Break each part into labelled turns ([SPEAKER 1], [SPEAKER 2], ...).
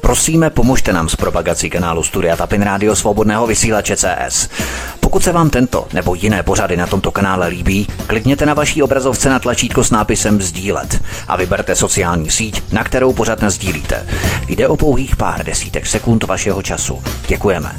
[SPEAKER 1] Prosíme, pomožte nám s propagací kanálu Studia Tapin Rádio Svobodného vysílače CS. Pokud se vám tento nebo jiné pořady na tomto kanále líbí, klikněte na vaší obrazovce na tlačítko s nápisem sdílet a vyberte sociální síť, na kterou pořad nasdílíte. Jde o pouhých pár desítek sekund vašeho času. Děkujeme.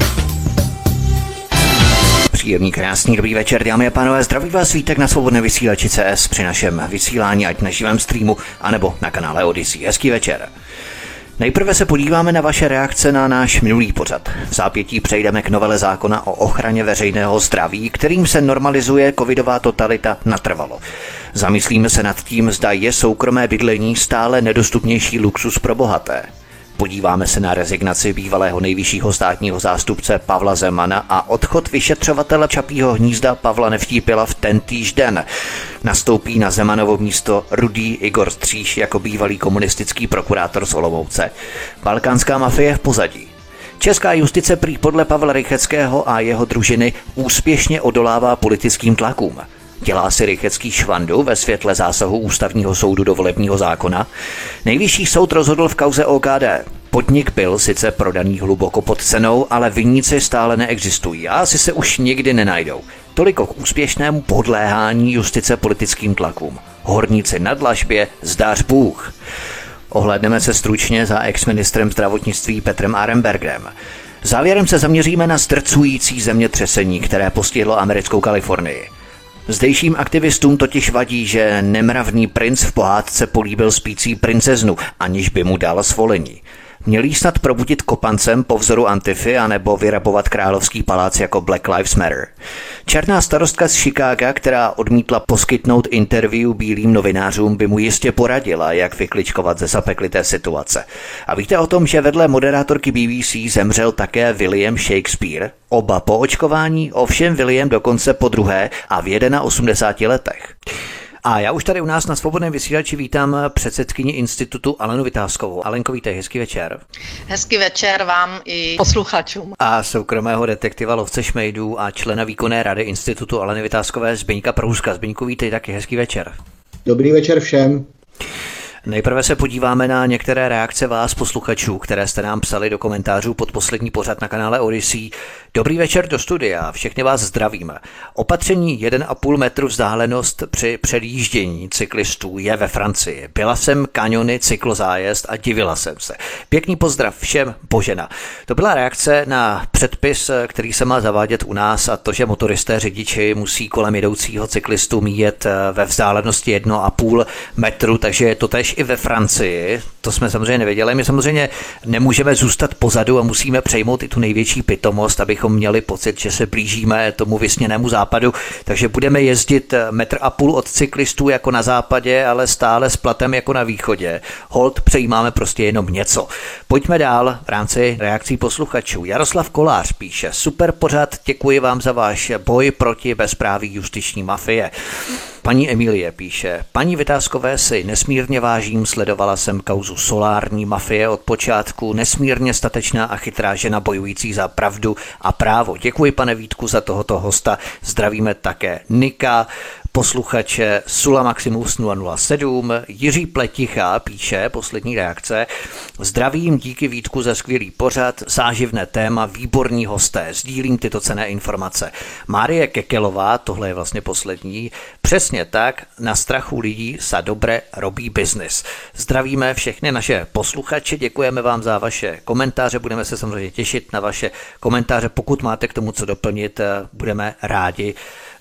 [SPEAKER 1] Příjemný, krásný, dobrý večer, dámy a pánové, zdraví vás Vítek na Svobodné vysílači CS při našem vysílání, ať na živém streamu, anebo na kanále Odyssey. Hezký večer. Nejprve se podíváme na vaše reakce na náš minulý pořad. V zápětí přejdeme k novele zákona o ochraně veřejného zdraví, kterým se normalizuje covidová totalita natrvalo. Zamyslíme se nad tím, zda je soukromé bydlení stále nedostupnější luxus pro bohaté. Podíváme se na rezignaci bývalého nejvyššího státního zástupce Pavla Zemana a odchod vyšetřovatele Čapího hnízda Pavla Nevtípila v tentýž den. Nastoupí na Zemanovo místo rudý Igor Stříž jako bývalý komunistický prokurátor z Olomouce. Balkánská mafie v pozadí. Česká justice prý podle Pavla Rychetského a jeho družiny úspěšně odolává politickým tlakům. Dělá si Rychetský švandu ve světle zásahu Ústavního soudu do volebního zákona? Nejvyšší soud rozhodl v kauze OKD. Podnik byl sice prodaný hluboko pod cenou, ale viníci stále neexistují a asi se už nikdy nenajdou. Toliko k úspěšnému podléhání justice politickým tlakům. Horníci na dlažbě, zdář Bůh. Ohlédneme se stručně za ex-ministrem zdravotnictví Petrem Arenbergerem. Závěrem se zaměříme na zdrcující zemětřesení, které postihlo americkou Kalifornii. Zdejším aktivistům totiž vadí, že nemravný princ v pohádce políbil spící princeznu, aniž by mu dal svolení. Měl jí snad probudit kopancem po vzoru Antify anebo vyrabovat královský palác jako Black Lives Matter. Černá starostka z Chicaga, která odmítla poskytnout interview bílým novinářům, by mu jistě poradila, jak vykličkovat ze zapeklité situace. A víte o tom, že vedle moderátorky BBC zemřel také William Shakespeare? Oba po očkování, ovšem William dokonce po druhé a v 81 letech. A já už tady u nás na Svobodném vysílači vítám předsedkyni institutu Alenu Vytázkovou. Alenko, vítej, hezký večer.
[SPEAKER 2] Hezký večer vám i posluchačům.
[SPEAKER 1] A soukromého detektiva lovce šmejdů a člena výkonné rady institutu Aleny Vytázkové Zbyňka Prouska. Zbyňku, vítej taky, hezký večer.
[SPEAKER 3] Dobrý večer všem.
[SPEAKER 1] Nejprve se podíváme na některé reakce vás posluchačů, které jste nám psali do komentářů pod poslední pořad na kanále Odyssey. Dobrý večer do studia, všechny vás zdravíme. Opatření 1,5 metru vzdálenost při předjíždění cyklistů je ve Francii. Byla jsem kaniony, cyklozájezd a divila jsem se. Pěkný pozdrav všem, Božena. To byla reakce na předpis, který se má zavádět u nás, a to, že motoristé řidiči musí kolem jedoucího cyklistu míjet ve vzdálenosti 1,5 metru, takže je to též i ve Francii. To jsme samozřejmě nevěděli. My samozřejmě nemůžeme zůstat pozadu a musíme přejmout i tu největší pitomost, abychom měli pocit, že se blížíme tomu vysněnému západu. Takže budeme jezdit 1,5 metru od cyklistů jako na západě, ale stále s platem jako na východě. Holt přejímáme prostě jenom něco. Pojďme dál v rámci reakcí posluchačů. Jaroslav Kolář píše: super pořad, děkuji vám za váš boj proti bezpráví justiční mafie. Paní Emilie píše: paní Vytázkové si nesmírně vážím, sledovala jsem kauzu solární mafie od počátku, nesmírně statečná a chytrá žena bojující za pravdu a právo. Děkuji, pane Vítku, za tohoto hosta. Zdravíme také Nika, posluchače Sula Maximus 007, Jiří Pleticha píše, poslední reakce: zdravím, díky Vítku za skvělý pořad, záživné téma, výborní hosté, sdílím tyto cenné informace. Márie Kekelová, tohle je vlastně poslední, přesně tak, na strachu lidí sa dobre robí biznis. Zdravíme všechny naše posluchače, děkujeme vám za vaše komentáře, budeme se samozřejmě těšit na vaše komentáře, pokud máte k tomu co doplnit, budeme rádi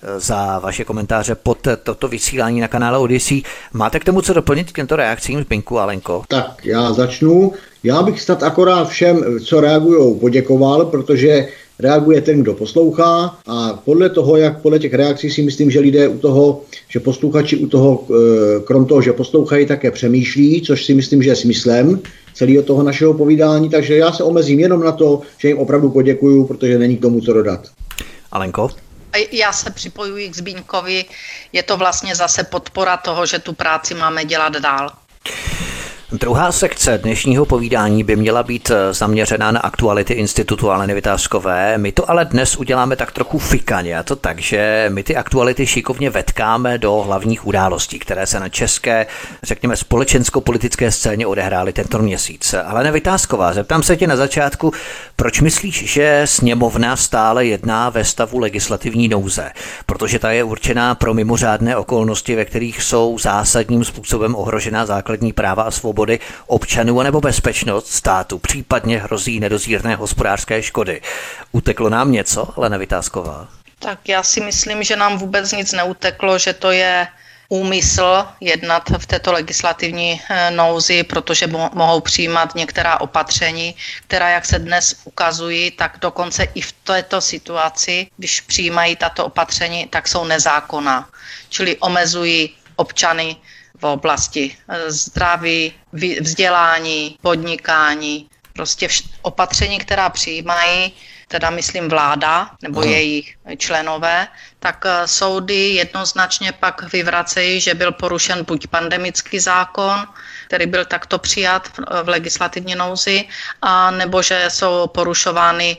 [SPEAKER 1] za vaše komentáře pod toto vysílání na kanále Odyssey. Máte k tomu co doplnit k těmto reakcím, Zbyňku, Alenko?
[SPEAKER 3] Tak já začnu. Já bych snad akorát všem, co reagujou, poděkoval, protože reaguje ten, kdo poslouchá, a podle toho, jak podle těch reakcí si myslím, že lidé u toho, že posluchači u toho, krom toho, že poslouchají, také přemýšlí, což si myslím, že je smyslem celého toho našeho povídání, takže já se omezím jenom na to, že jim opravdu poděkuju, protože není k tomu co dodat.
[SPEAKER 1] Alenko?
[SPEAKER 2] Já se připojuji k Zbyňkovi, je to vlastně zase podpora toho, že tu práci máme dělat dál.
[SPEAKER 1] Druhá sekce dnešního povídání by měla být zaměřená na aktuality institutu Aleny Vitáskové. My to ale dnes uděláme tak trochu fikaně, a to tak, že my ty aktuality šikovně vetkáme do hlavních událostí, které se na české, řekněme, společensko-politické scéně odehrály tento měsíc. Alena Vitásková, zeptám se tě na začátku, proč myslíš, že sněmovna stále jedná ve stavu legislativní nouze? Protože ta je určená pro mimořádné okolnosti, ve kterých jsou zásadním způsobem ohrožená základní práva a svobody občanů nebo bezpečnost státu, případně hrozí nedozírné hospodářské škody. Uteklo nám něco, Alena Vitásková?
[SPEAKER 2] Tak já si myslím, že nám vůbec nic neuteklo, že to je úmysl jednat v této legislativní nouzi, protože mohou přijímat některá opatření, která, jak se dnes ukazují, tak dokonce i v této situaci, když přijímají tato opatření, tak jsou nezákonná. Čili omezují občany v oblasti zdraví, vzdělání, podnikání, prostě opatření, která přijímají, teda myslím vláda nebo jejich členové, tak soudy jednoznačně pak vyvracejí, že byl porušen buď pandemický zákon, který byl takto přijat v legislativní nouzi, a nebo že jsou porušovány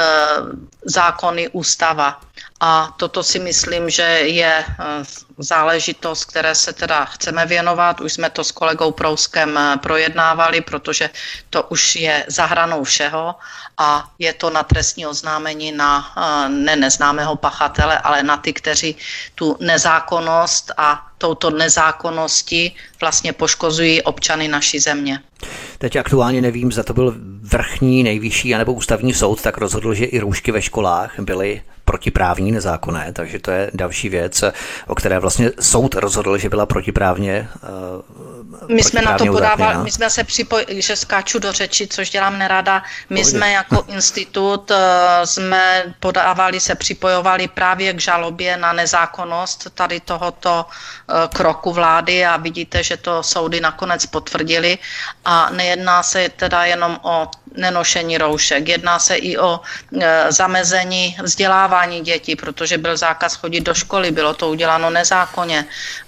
[SPEAKER 2] zákony ústava. A toto si myslím, že je záležitost, které se teda chceme věnovat. Už jsme to s kolegou Prouskem projednávali, protože to už je za hranou všeho a je to na trestní oznámení na neznámého pachatele, ale na ty, kteří tu nezákonnost a touto nezákonností vlastně poškozují občany naší země.
[SPEAKER 1] Teď aktuálně nevím, zda to byl vrchní, nejvyšší anebo ústavní soud, tak rozhodl, že i roušky ve školách byly protiprávní, nezákonné, takže to je další věc, o které vlastně soud rozhodl, že byla protiprávně.
[SPEAKER 2] My jsme na to podávali, my jsme se připojili, že skáču do řeči, což dělám nerada. My jsme jako institut jsme podávali, se připojovali právě k žalobě na nezákonnost tady tohoto kroku vlády a vidíte, že to soudy nakonec potvrdili a nejedná se teda jenom o nenošení roušek, jedná se i o zamezení vzdělávání dětí, protože byl zákaz chodit do školy, bylo to uděláno nezákonně,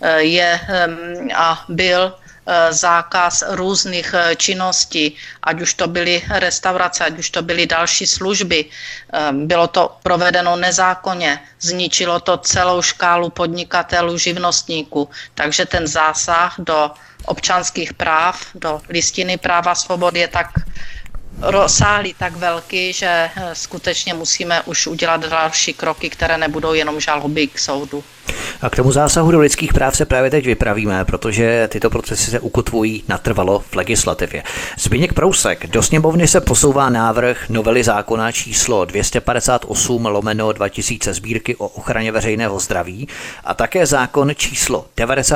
[SPEAKER 2] byl zákaz různých činností, ať už to byly restaurace, ať už to byly další služby. Bylo to provedeno nezákonně, zničilo to celou škálu podnikatelů, živnostníků. Takže ten zásah do občanských práv, do listiny práva a svobod je tak rozsáhlý, tak velký, že skutečně musíme už udělat další kroky, které nebudou jenom žaloby k soudu.
[SPEAKER 1] A k tomu zásahu do lidských práv se právě teď vypravíme, protože tyto procesy se ukotvují natrvalo v legislativě. Zbyněk Prousek, do sněmovny se posouvá návrh novely zákona číslo 258/2000 Sbírky o ochraně veřejného zdraví a také zákon číslo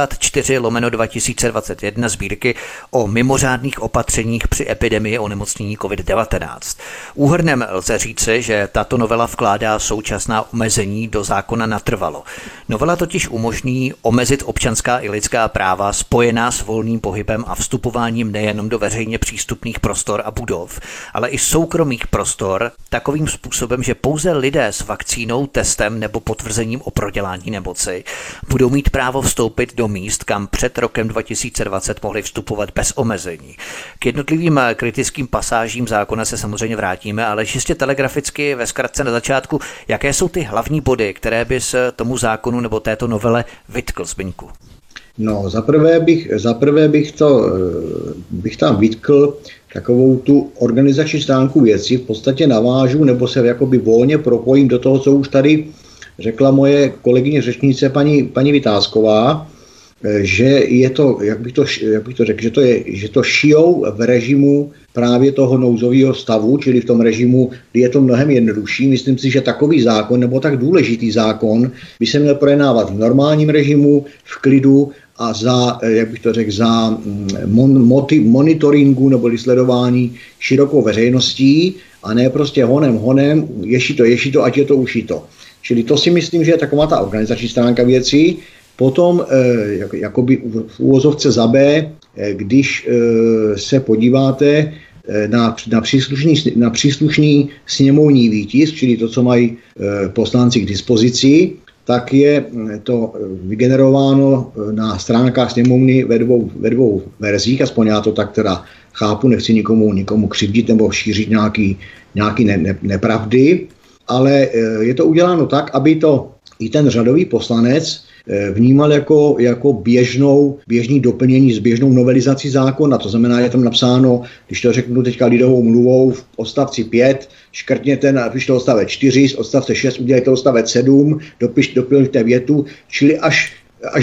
[SPEAKER 1] 94/2021 Sbírky o mimořádných opatřeních při epidemii onemocnění COVID-19. Úhrnem lze říci, že tato novela vkládá současná omezení do zákona natrvalo. Novela totiž umožní omezit občanská i lidská práva spojená s volným pohybem a vstupováním nejenom do veřejně přístupných prostor a budov, ale i soukromých prostor takovým způsobem, že pouze lidé s vakcínou, testem nebo potvrzením o prodělání nemoci budou mít právo vstoupit do míst, kam před rokem 2020 mohli vstupovat bez omezení. K jednotlivým kritickým pasážím zákona se samozřejmě vrátíme, ale čistě telegraficky ve zkratce na začátku, jaké jsou ty hlavní body, které bys tomu zákonu nebo této novele vytkl, Zbyňku?
[SPEAKER 3] No, zaprvé bych tam vytkl takovou tu organizační stránku věci, v podstatě navážu nebo se jakoby volně propojím do toho, co už tady řekla moje kolegyně řečnice paní Vitásková, že je to, jak bych to řekl, že to šijou v režimu právě toho nouzového stavu, čili v tom režimu, kdy je to mnohem jednodušší. Myslím si, že takový zákon nebo tak důležitý zákon by se měl projednávat v normálním režimu, v klidu a za monitoringu nebo sledování širokou veřejností a ne prostě honem, ješí to, ať je to ušito. Čili to si myslím, že je taková ta organizační stránka věcí. Potom jakoby v úvozovce za B, když se podíváte na příslušný sněmovní výtisk, čili to, co mají poslanci k dispozici, tak je to vygenerováno na stránkách sněmovny ve dvou verzích, aspoň já to tak teda chápu, nechci nikomu křivdit nebo šířit nějaký nepravdy, ale je to uděláno tak, aby to i ten řadový poslanec vnímal jako běžný doplnění s běžnou novelizací zákona. To znamená, je tam napsáno, když to řeknu teďka lidovou mluvou, v odstavci 5 škrtněte, napište odstavec 4, z odstavce 6 udělejte odstavec 7, doplňte větu, čili až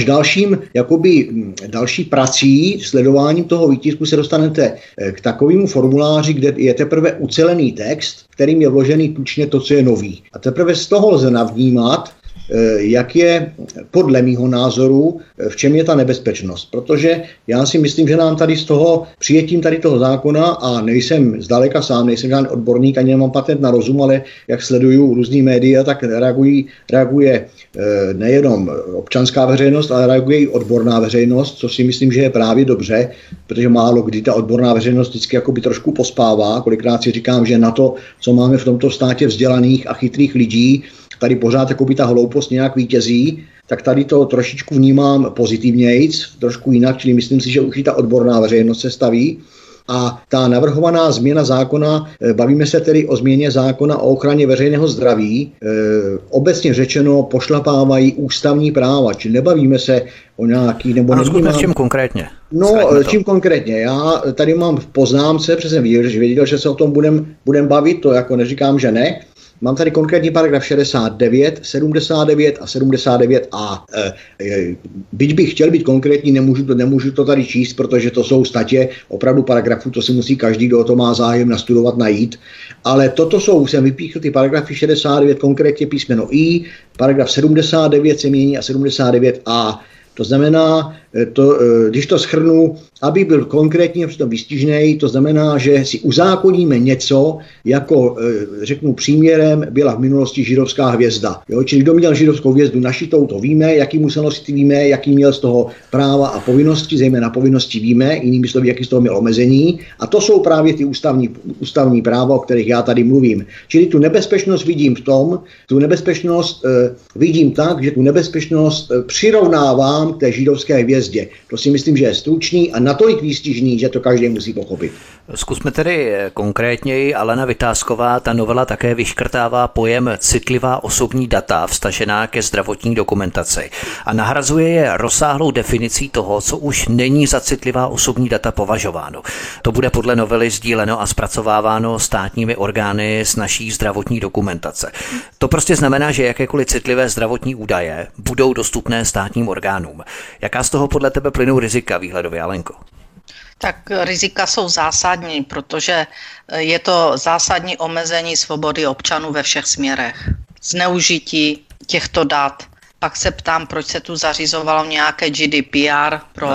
[SPEAKER 3] další prací, sledováním toho výtisku se dostanete k takovému formuláři, kde je teprve ucelený text, kterým je vložený tučně to, co je nový. A teprve z toho lze navnímat, jak je podle mýho názoru, v čem je ta nebezpečnost. Protože já si myslím, že nám tady z toho přijetím tady toho zákona, a nejsem zdaleka sám, nejsem žádný odborník, ani nemám patent na rozum, ale jak sleduju různý média, tak reaguje nejenom občanská veřejnost, ale reaguje i odborná veřejnost, co si myslím, že je právě dobře, protože málo kdy ta odborná veřejnost vždycky jakoby trošku pospává. Kolikrát si říkám, že na to, co máme v tomto státě vzdělaných a chytrých lidí, tady pořád jakoby ta hloupost nějak vítězí, tak tady to trošičku vnímám pozitivnějc, trošku jinak, čili myslím si, že už i ta odborná veřejnost se staví. A ta navrhovaná změna zákona, bavíme se tedy o změně zákona o ochraně veřejného zdraví, obecně řečeno pošlapávají ústavní práva, čili nebavíme se o nějaký...
[SPEAKER 1] S čím konkrétně?
[SPEAKER 3] Čím konkrétně? Já tady mám v poznámce, protože jsem věděl, že se o tom budem bavit, to jako neříkám, že ne. Mám tady konkrétní paragraf 69, 79 a 79a. Byť bych chtěl být konkrétní, nemůžu to tady číst, protože to jsou statě opravdu paragrafů, to si musí každý, kdo to má zájem nastudovat, najít. Ale jsem vypíchl ty paragrafy 69, konkrétně písmeno I, paragraf 79 se mění a 79a. To znamená, když to shrnu, aby byl konkrétní a přitom výstižnej, to znamená, že si uzákoníme něco, jako řeknu příměrem, byla v minulosti židovská hvězda. Jo? Čili kdo měl židovskou hvězdu našitou, to víme, jaký musel nosit, víme, jaký měl z toho práva a povinnosti, zejména povinnosti víme, jinými slovy, jaký z toho měl omezení. A to jsou právě ty ústavní práva, o kterých já tady mluvím. Čili tu nebezpečnost vidím vidím tak, že tu nebezpečnost přirovnávám k té židovské hvězdě. To si myslím, že je stručný a natolik výstižný, že to každý musí pochopit.
[SPEAKER 1] Zkusme tedy konkrétněji. Alena Vitásková, ta novela také vyškrtává pojem citlivá osobní data vztažená ke zdravotní dokumentaci a nahrazuje je rozsáhlou definicí toho, co už není za citlivá osobní data považováno. To bude podle novely sdíleno a zpracováváno státními orgány s naší zdravotní dokumentace. To prostě znamená, že jakékoliv citlivé zdravotní údaje budou dostupné státním orgánům. Jaká z toho podle tebe plynou rizika výhledově, Alenko?
[SPEAKER 2] Tak rizika jsou zásadní, protože je to zásadní omezení svobody občanů ve všech směrech. Zneužití těchto dat. Pak se ptám, proč se tu zařizovalo nějaké GDPR pro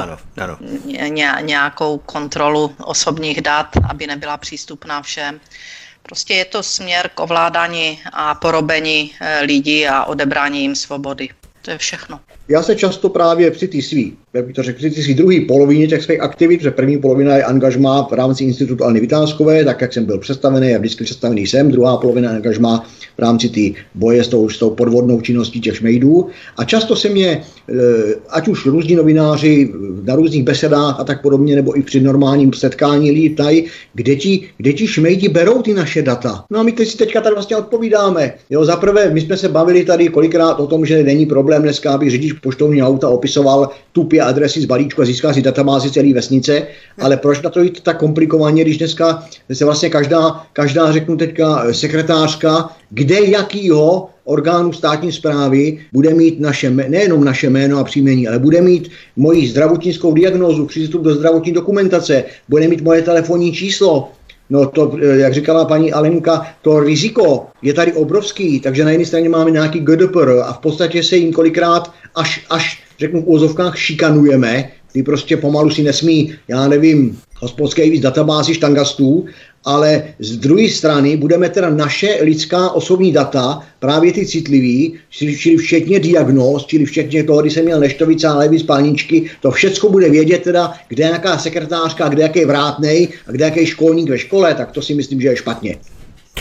[SPEAKER 2] nějakou kontrolu osobních dat, aby nebyla přístupná všem. Prostě je to směr k ovládání a porobení lidí a odebrání jim svobody. To je všechno.
[SPEAKER 3] Já se často právě při té svý druhé polovině těch svých aktivit, protože první polovina je angažmá v rámci Institutu Aleny Vitáskové, tak jak jsem byl představený a vždycky představený jsem, druhá polovina angažmá v rámci té boje s tou podvodnou činností těch šmejdů. A často se mě, ať už různí novináři na různých besedách a tak podobně, nebo i při normálním setkání lidí ptají, kde ti šmejdi berou ty naše data. No a my si teďka tady vlastně odpovídáme. Jo, zaprvé, my jsme se bavili tady kolikrát o tom, že není problém dneska, aby řidič poštovního auta opisoval tupě adresy z balíčku a získá si databázi celé vesnice, ale proč na to jít tak komplikovaně, když dneska se vlastně každá řeknu teďka sekretářka, kde jakýho orgánu státní správy bude mít nejenom naše jméno a příjmení, ale bude mít moji zdravotnickou diagnózu, přístup do zdravotní dokumentace, bude mít moje telefonní číslo. No to, jak říkala paní Alenka, to riziko je tady obrovský, takže na jedné straně máme nějaký GDPR a v podstatě se jim kolikrát až řeknu v úvozovkách šikanujeme, ty prostě pomalu si nesmí, já nevím, hospodské víc databázi štangastů, ale z druhé strany budeme teda naše lidská osobní data, právě ty citlivý, čili včetně diagnóz, čili včetně toho, kdy jsem měl neštovice a lévý spalničky, to všecko bude vědět teda, kde nějaká sekretářka, kde jaký vrátnej a kde jaký školník ve škole, tak to si myslím, že je špatně.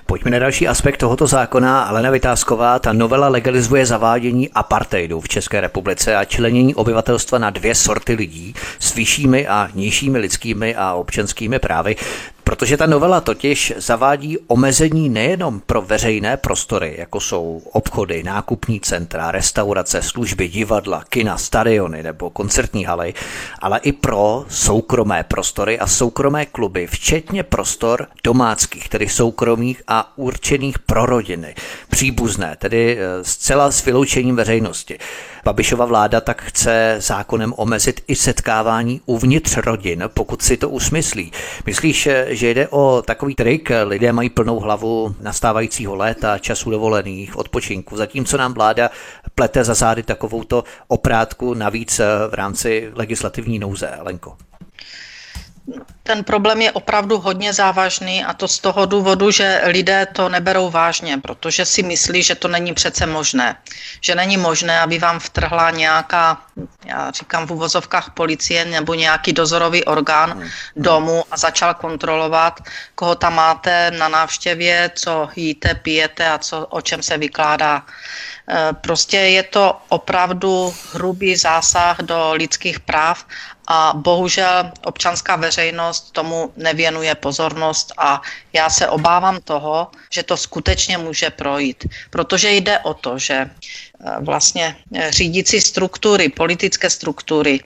[SPEAKER 1] Pojďme na další aspekt tohoto zákona. Alena Vitásková, ta novela legalizuje zavádění apartheidu v České republice a členění obyvatelstva na dvě sorty lidí s vyššími a nižšími lidskými a občanskými právy. Protože ta novela totiž zavádí omezení nejenom pro veřejné prostory, jako jsou obchody, nákupní centra, restaurace, služby, divadla, kina, stadiony nebo koncertní haly, ale i pro soukromé prostory a soukromé kluby, včetně prostor domáckých, tedy soukromých a určených pro rodiny, příbuzné, tedy zcela s vyloučením veřejnosti. Babišova vláda tak chce zákonem omezit i setkávání uvnitř rodin, pokud si to usmyslí. Myslíš, že jde o takový trik? Lidé mají plnou hlavu nastávajícího léta, času dovolených, odpočinku, zatímco nám vláda plete za zády takovouto oprátku navíc v rámci legislativní nouze. Lenko.
[SPEAKER 2] Ten problém je opravdu hodně závažný a to z toho důvodu, že lidé to neberou vážně, protože si myslí, že to není přece možné. Že není možné, aby vám vtrhla nějaká, já říkám v uvozovkách policie nebo nějaký dozorový orgán domů a začal kontrolovat, koho tam máte na návštěvě, co jíte, pijete a o čem se vykládá. Prostě je to opravdu hrubý zásah do lidských práv a bohužel občanská veřejnost tomu nevěnuje pozornost a já se obávám toho, že to skutečně může projít, protože jde o to, že vlastně řídící struktury, politické struktury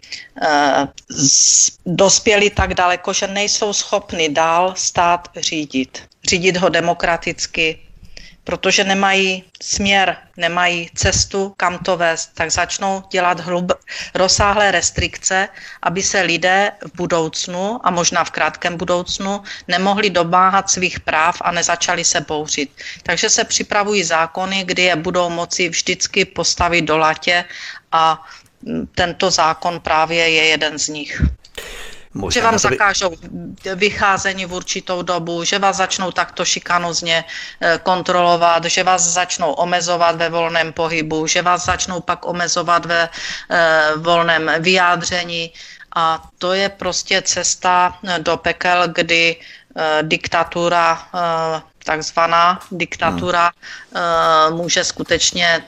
[SPEAKER 2] dospěly tak daleko, že nejsou schopny dál stát řídit. Řídit ho demokraticky, protože nemají směr, nemají cestu, kam to vést, tak začnou dělat rozsáhlé restrikce, aby se lidé v budoucnu a možná v krátkém budoucnu nemohli domáhat svých práv a nezačali se bouřit. Takže se připravují zákony, kdy je budou moci vždycky postavit do latě a tento zákon právě je jeden z nich. Možná že vám zakážou vycházení v určitou dobu, že vás začnou takto šikanózně kontrolovat, že vás začnou omezovat ve volném pohybu, že vás začnou pak omezovat ve volném vyjádření. A to je prostě cesta do pekel, kdy diktatura, takzvaná diktatura, může skutečně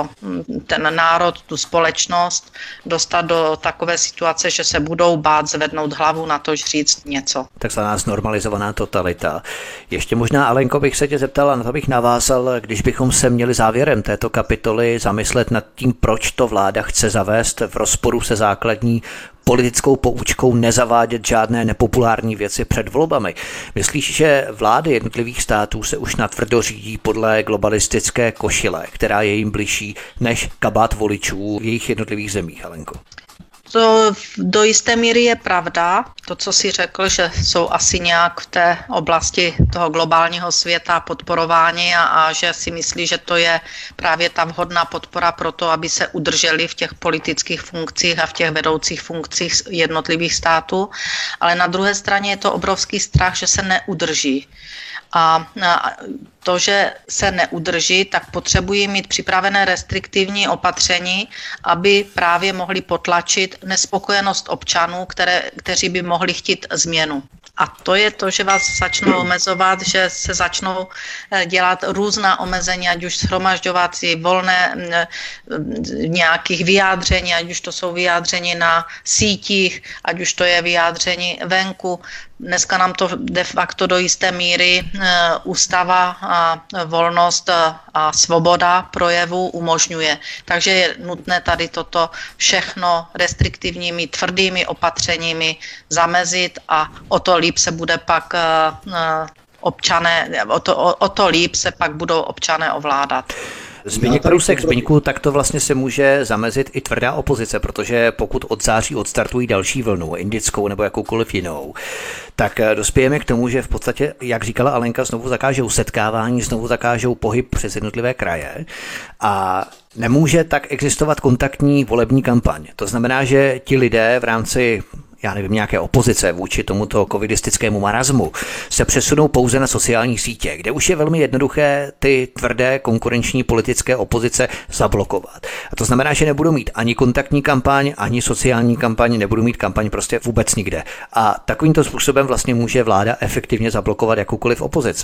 [SPEAKER 2] ten národ, tu společnost dostat do takové situace, že se budou bát zvednout hlavu na to říct něco.
[SPEAKER 1] Takzvaná znormalizovaná totalita. Ještě možná, Alenko, bych se tě zeptala, na to bych navázal, když bychom se měli závěrem této kapitoly zamyslet nad tím, proč to vláda chce zavést v rozporu se základní politickou poučkou nezavádět žádné nepopulární věci před volbami. Myslíš, že vlády jednotlivých států se už natvrdo řídí podle globalistické košile, která je jim bližší než kabát voličů v jejich jednotlivých zemích, Alenko?
[SPEAKER 2] To do jisté míry je pravda, to, co jsi řekl, že jsou asi nějak v té oblasti toho globálního světa podporováni a že si myslí, že to je právě ta vhodná podpora pro to, aby se udrželi v těch politických funkcích a v těch vedoucích funkcích jednotlivých států. Ale na druhé straně je to obrovský strach, že se neudrží. A to, že se neudrží, tak potřebují mít připravené restriktivní opatření, aby právě mohli potlačit nespokojenost občanů, kteří by mohli chtít změnu. A to je to, že vás začnou omezovat, že se začnou dělat různá omezení, ať už shromažďovací, volné nějakých vyjádření, ať už to jsou vyjádření na sítích, ať už to je vyjádření venku. Dneska nám to de facto do jisté míry ústava a volnost a svoboda projevu umožňuje. Takže je nutné tady toto všechno restriktivními, tvrdými opatřeními zamezit a o to líp se bude pak občané, o to líp se pak budou občané ovládat.
[SPEAKER 1] Zbyněk Prousek, Zbyňku, tak to vlastně se může zamezit i tvrdá opozice, protože pokud od září odstartují další vlnu, indickou nebo jakoukoliv jinou, tak dospějeme k tomu, že v podstatě, jak říkala Alenka, znovu zakážou setkávání, znovu zakážou pohyb přes jednotlivé kraje a nemůže tak existovat kontaktní volební kampaň. To znamená, že ti lidé v rámci nějaké opozice vůči tomuto covidistickému marazmu se přesunou pouze na sociální sítě, kde už je velmi jednoduché ty tvrdé konkurenční politické opozice zablokovat. A to znamená, že nebudou mít ani kontaktní kampaň, ani sociální kampaň, nebudou mít kampaň prostě vůbec nikde. A takovýmto způsobem vlastně může vláda efektivně zablokovat jakoukoliv opozici.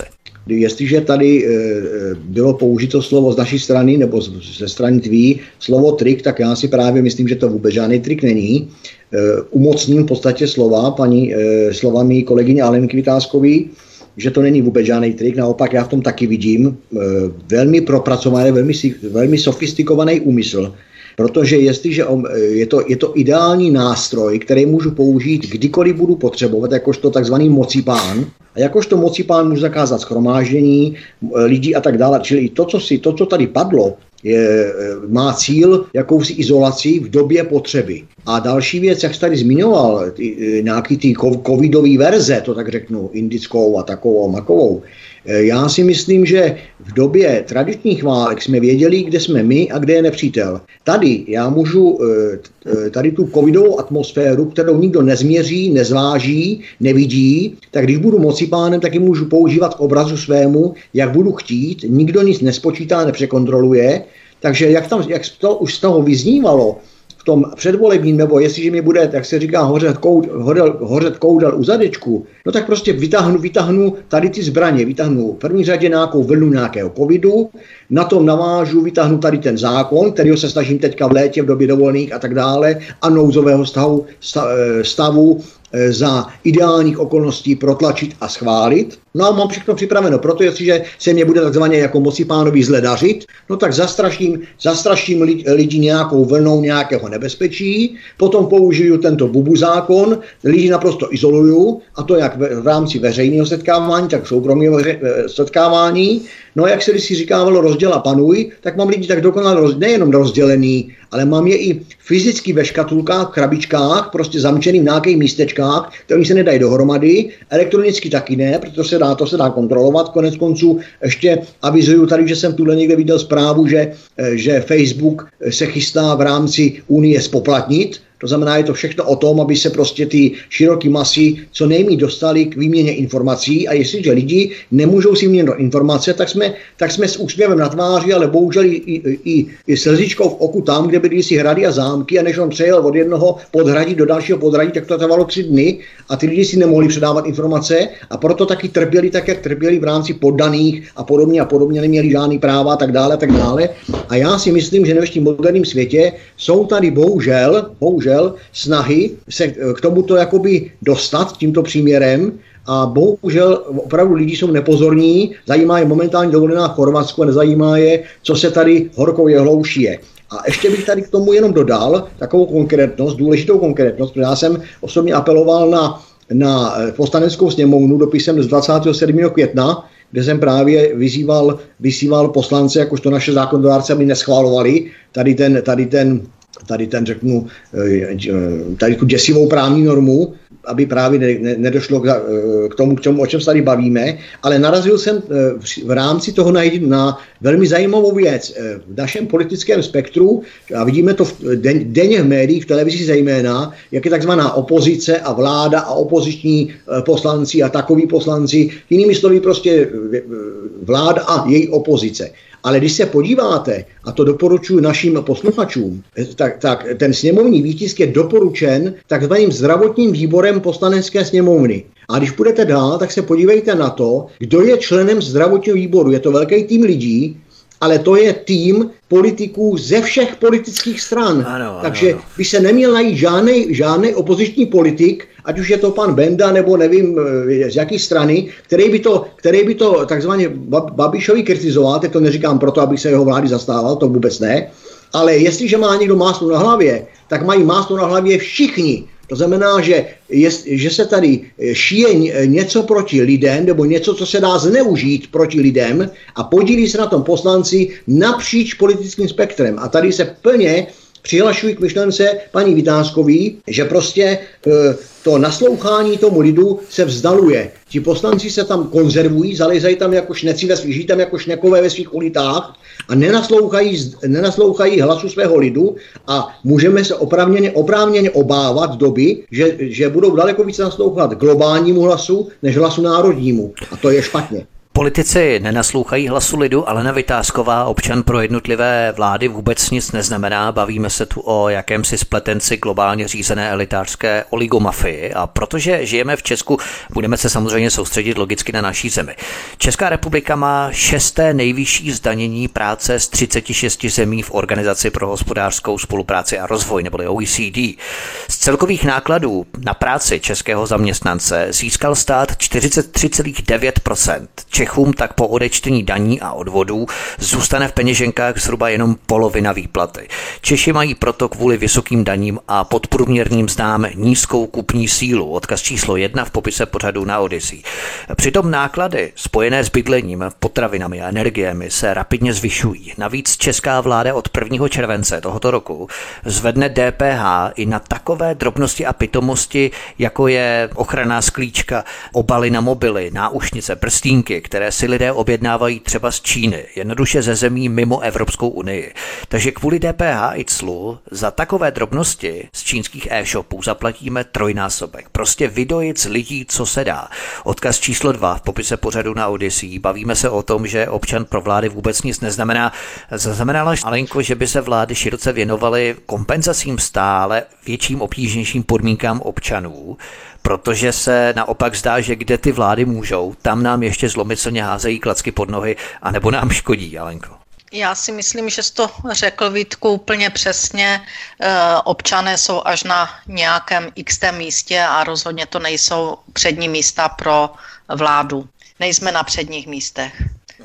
[SPEAKER 3] jestliže tady bylo použito slovo z naší strany nebo ze strany tvý, slovo trik, tak já si právě myslím, že to vůbec žádný trik není. Umocním v podstatě slovami kolegyně Alenky Vitáskový, že to není vůbec žádný trik, naopak já v tom taky vidím velmi propracovaný, velmi sofistikovaný úmysl, protože jestliže je to ideální nástroj, který můžu použít kdykoliv budu potřebovat, jakožto takzvaný mocipán, a jakožto mocipán můžu zakázat shromáždění lidí a tak dále, čili to, co tady padlo, má cíl jakousi izolaci v době potřeby. A další věc, jak jsi tady zmiňoval, nějaký ty covidový verze, to tak řeknu, indickou a takovou, makovou. Já si myslím, že v době tradičních válek jsme věděli, kde jsme my a kde je nepřítel. Tady já můžu tady tu covidovou atmosféru, kterou nikdo nezměří, nezváží, nevidí, tak když budu mocipánem, tak ji můžu používat k obrazu svému, jak budu chtít, nikdo nic nespočítá, nepřekontroluje. Takže jak to už z toho vyznívalo v tom předvolebním, nebo jestliže mi bude, jak se říká, hořet koudel u zadečku, no tak prostě vytáhnu tady ty zbraně, vytáhnu v první řadě nějakou vlnu nějakého covidu, na tom navážu, vytáhnu tady ten zákon, kterýho se snažím teďka v létě, v době dovolených a tak dále, a nouzového stavu za ideálních okolností protlačit a schválit. No a mám všechno připraveno, proto jestliže se mě bude takzvaně jako mocipánovi zle dařit, no tak zastraším lidi nějakou vlnou nějakého nebezpečí, potom použiju tento bubu zákon, lidi naprosto izoluju, a to jak v rámci veřejného setkávání, tak soukromého setkávání. No a jak se si říkávalo rozděl a panuj, tak mám lidi tak dokonale nejenom rozdělený, ale mám je i fyzicky ve škatulkách, v krabičkách, prostě zamčený v nějakých místečkách, které se nedají dohromady, elektronicky taky ne, protože to se dá kontrolovat. Konec konců ještě avizuju tady, že jsem tuhle někde viděl zprávu, že Facebook se chystá v rámci Unie spoplatnit. To znamená, je to všechno o tom, aby se prostě ty široké masy co nejméně dostali k výměně informací, a jestliže lidi nemůžou si vyměnit informace, tak jsme s úsměvem na tváři, ale bohužel i slzičkou v oku tam, kde byly si hrady a zámky, a než on přejel od jednoho podhradí do dalšího podhradí, tak to trvalo 3 dny a ty lidi si nemohli předávat informace, a proto taky trpěli tak, jak trpěli v rámci poddaných a podobně, neměli žádný práva a tak dále a tak dále. A já si myslím, že v dnešním moderním světě jsou tady bohužel snahy se k tomuto jakoby dostat tímto příměrem, a bohužel opravdu lidi jsou nepozorní, zajímá je momentálně dovolená v Chorvatsku a nezajímá je, co se tady horkou jehlou šije. A ještě bych tady k tomu jenom dodal takovou konkrétnost, důležitou konkrétnost, protože já jsem osobně apeloval na poslaneckou sněmovnu dopisem z 27. května, kde jsem právě vyzýval poslance, jakožto naše zákonodárce, aby neschvalovali tady tu děsivou právní normu, aby právě nedošlo k tomu, o čem se tady bavíme, ale narazil jsem v rámci toho na velmi zajímavou věc. V našem politickém spektru, a vidíme to denně v médiích, v televizi zejména, jak je takzvaná opozice a vláda a opoziční poslanci a takoví poslanci, jinými slovy prostě vláda a její opozice. Ale když se podíváte, a to doporučuji našim posluchačům, tak ten sněmovní výtisk je doporučen takzvaným zdravotním výborem Poslanecké sněmovny. A když půjdete dál, tak se podívejte na to, kdo je členem zdravotního výboru. Je to velký tým lidí, ale to je tým politiků ze všech politických stran. Ano. Takže by se neměl najít žádný opoziční politik, ať už je to pan Benda, nebo nevím z jaký strany, který by to takzvaně Babišovi kritizoval, teď to neříkám proto, abych se jeho vlády zastával, to vůbec ne, ale jestliže má někdo máslo na hlavě, tak mají máslo na hlavě všichni. To znamená, že se tady šije něco proti lidem, nebo něco, co se dá zneužít proti lidem, a podílí se na tom poslanci napříč politickým spektrem. A tady se plně přihlašuji k myšlence paní Vitáskový, že prostě to naslouchání tomu lidu se vzdaluje. Ti poslanci se tam konzervují, zalézají tam jako šneci žijí tam jako šnekové ve svých ulitách a nenaslouchají hlasu svého lidu, a můžeme se oprávněně obávat doby, že budou daleko více naslouchat globálnímu hlasu než hlasu národnímu. A to je špatně.
[SPEAKER 1] Politici nenaslouchají hlasu lidu, Alena Vitásková, občan pro jednotlivé vlády, vůbec nic neznamená. Bavíme se tu o jakémsi spletenci globálně řízené elitářské oligomafii a protože žijeme v Česku, budeme se samozřejmě soustředit logicky na naší zemi. Česká republika má 6. nejvyšší zdanění práce z 36 zemí v Organizaci pro hospodářskou spolupráci a rozvoj, neboli OECD. Z celkových nákladů na práci českého zaměstnance získal stát 43,9%. Čechům tak po odečtení daní a odvodů zůstane v peněženkách zhruba jenom polovina výplaty. Češi mají proto kvůli vysokým daním a podprůměrným mzdám nízkou kupní sílu. Odkaz číslo 1 v popise pořadu na Odyssey. Přitom náklady spojené s bydlením, potravinami a energiemi se rapidně zvyšují. Navíc česká vláda od 1. července tohoto roku zvedne DPH i na takové drobnosti a pitomosti, jako je ochranná sklíčka, obaly na mobily, náušnice, prstínky, které si lidé objednávají třeba z Číny, jednoduše ze zemí mimo Evropskou unii. Takže kvůli DPH i clu za takové drobnosti z čínských e-shopů zaplatíme trojnásobek. Prostě vydojit z lidí, co se dá. Odkaz číslo 2 v popise pořadu na Odyssey. Bavíme se o tom, že občan pro vlády vůbec nic neznamená. Zaznamenala, Alenko, že by se vlády široce věnovaly kompenzacím stále větším obtížnějším podmínkám občanů, protože se naopak zdá, že kde ty vlády můžou, tam nám ještě zlomyslně házejí klacky pod nohy anebo nám škodí, Alenko.
[SPEAKER 2] Já si myslím, že jsi to řekl, Vítku, úplně přesně. Občané jsou až na nějakém xtém místě a rozhodně to nejsou přední místa pro vládu. Nejsme na předních místech.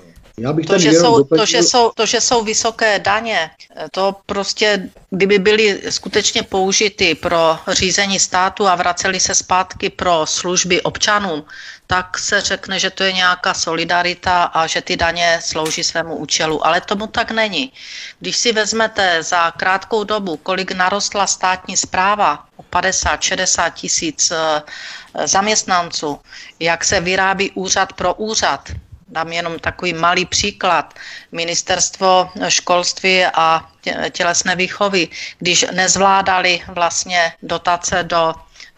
[SPEAKER 2] To, že jsou vysoké daně, to prostě, kdyby byly skutečně použity pro řízení státu a vracely se zpátky pro služby občanům, tak se řekne, že to je nějaká solidarita a že ty daně slouží svému účelu. Ale tomu tak není. Když si vezmete za krátkou dobu, kolik narostla státní správa, o 50-60 tisíc zaměstnanců, jak se vyrábí úřad pro úřad, dám jenom takový malý příklad. Ministerstvo školství a tělesné výchovy, když nezvládali vlastně dotace do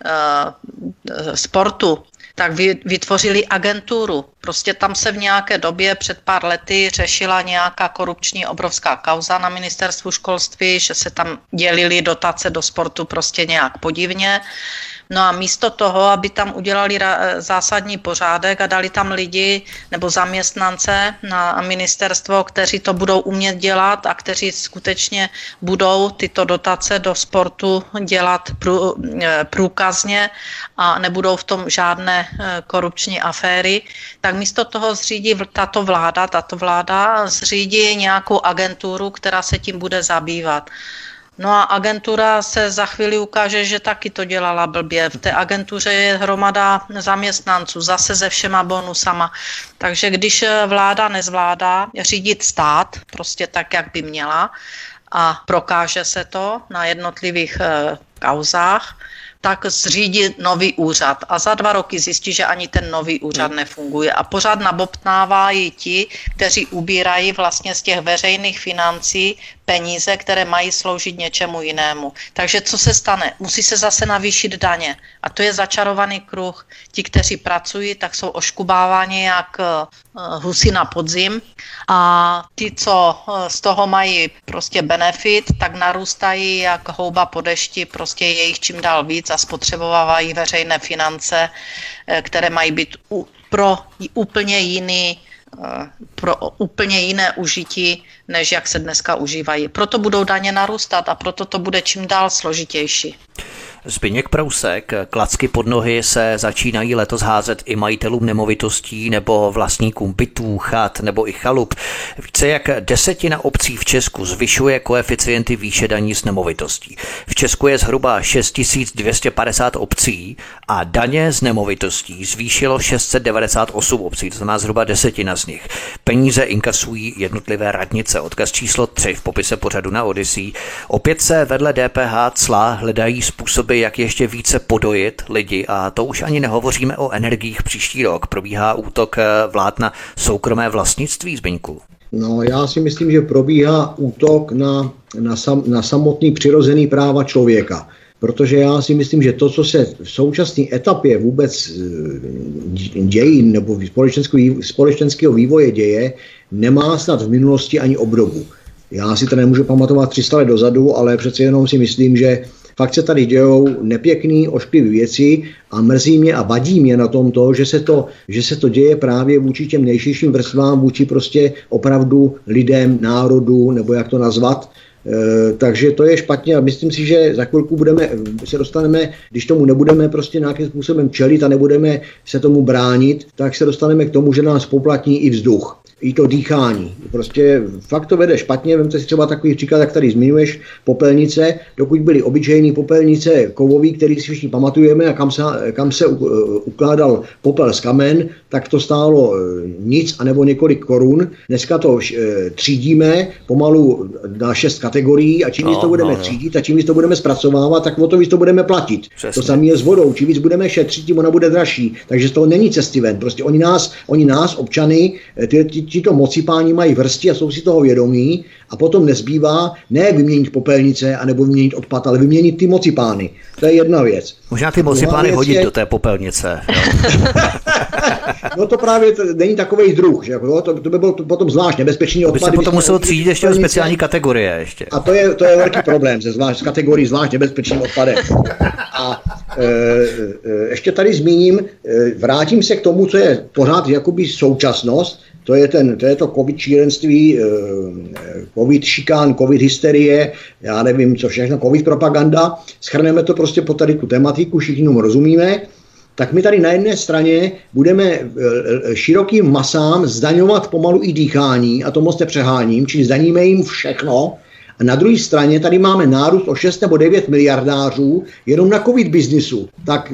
[SPEAKER 2] sportu, tak vytvořili agenturu. Prostě tam se v nějaké době před pár lety řešila nějaká korupční obrovská kauza na ministerstvu školství, že se tam dělily dotace do sportu prostě nějak podivně. No a místo toho, aby tam udělali zásadní pořádek a dali tam lidi nebo zaměstnance na ministerstvo, kteří to budou umět dělat a kteří skutečně budou tyto dotace do sportu dělat průkazně a nebudou v tom žádné korupční aféry, tak místo toho zřídí tato vláda zřídí nějakou agenturu, která se tím bude zabývat. No a agentura se za chvíli ukáže, že taky to dělala blbě. V té agentuře je hromada zaměstnanců, zase se všema bonusama. Takže když vláda nezvládá řídit stát, prostě tak, jak by měla, a prokáže se to na jednotlivých kauzách, tak zřídí nový úřad a za 2 roky zjistí, že ani ten nový úřad nefunguje a pořád nabobtnávají ti, kteří ubírají vlastně z těch veřejných financí peníze, které mají sloužit něčemu jinému. Takže co se stane? Musí se zase navýšit daně a to je začarovaný kruh. Ti, kteří pracují, tak jsou oškubáváni jak husy na podzim a ti, co z toho mají prostě benefit, tak narůstají jak houba po dešti, prostě je jich čím dál víc a spotřebovávají veřejné finance, které mají být pro úplně jiné užití, než jak se dneska užívají. Proto budou daně narůstat a proto to bude čím dál složitější.
[SPEAKER 1] Zbyněk Prousek, klacky pod nohy se začínají letos házet i majitelům nemovitostí nebo vlastníkům bytů, chat nebo i chalup. Více jak 10 obcí v Česku zvyšuje koeficienty výše daní z nemovitostí. V Česku je zhruba 6250 obcí a daně z nemovitostí zvýšilo 698 obcí, to znamená zhruba 10 z nich. Peníze inkasují jednotlivé radnice. Odkaz číslo 3 v popise pořadu na Odyssey. Opět se vedle DPH cla hledají způsoby, jak ještě více podojit lidi a to už ani nehovoříme o energiích příští rok. Probíhá útok vlád na soukromé vlastnictví, Zbyňku.
[SPEAKER 3] No, já si myslím, že probíhá útok na samotný přirozený práva člověka. protože já si myslím, že to, co se v současné etapě vůbec dějin nebo společenského vývoje děje, nemá snad v minulosti ani obdobu. Já si to nemůžu pamatovat 300 let dozadu, ale přece jenom si myslím, že fakt se tady dějou nepěkný, ošklivé věci a mrzí mě a vadí mě na tom to, že se to děje právě vůči těm nejširším vrstvám, vůči prostě opravdu lidem, národu, nebo jak to nazvat. Takže to je špatně a myslím si, že za chvilku se dostaneme, když tomu nebudeme prostě nějakým způsobem čelit a nebudeme se tomu bránit, tak se dostaneme k tomu, že nás poplatní i vzduch. I to dýchání. Prostě fakt to vede špatně. Vemte si třeba takový příklad, jak tady zmiňuješ, popelnice. Dokud byly obyčejné popelnice kovový, který si všichni pamatujeme a kam se ukládal popel z kamen, tak to stálo nic anebo několik korun. Dneska to třídíme pomalu na 6 kategorií a čím víc to budeme třídit a čím víc to budeme zpracovávat, tak o to víc to budeme platit. Přesně. To samé je s vodou. Čím víc budeme šetřit, tím ona bude dražší. Takže z toho není cesty ven. Prostě oni nás občany, tito mocipáni mají vrsti a jsou si toho vědomí a potom nezbývá ne vyměnit popelnice anebo vyměnit odpad, ale vyměnit ty mocipány. To je jedna věc.
[SPEAKER 1] Možná ty mocipány hodit do té popelnice.
[SPEAKER 3] No to právě není takovej druh, že jako, to by bylo potom zvlášť nebezpečný odpad.
[SPEAKER 1] By se potom muselo třídit ještě do speciální kategorie. Ještě.
[SPEAKER 3] A to je velký problém s kategorií zvlášť nebezpečným odpadem. A ještě tady zmíním, vrátím se k tomu, co je pořád jakoby současnost. To je to covid šílenství, covid šikán, covid hysterie, já nevím, co všechno, covid propaganda. Shrneme to prostě po tady tu tematiku, všichni mu rozumíme. Tak my tady na jedné straně budeme širokým masám zdaňovat pomalu i dýchání, a to moc nepřeháním, čili zdaníme jim všechno. A na druhé straně tady máme nárůst o 6 nebo 9 miliardářů jenom na covid biznisu. Tak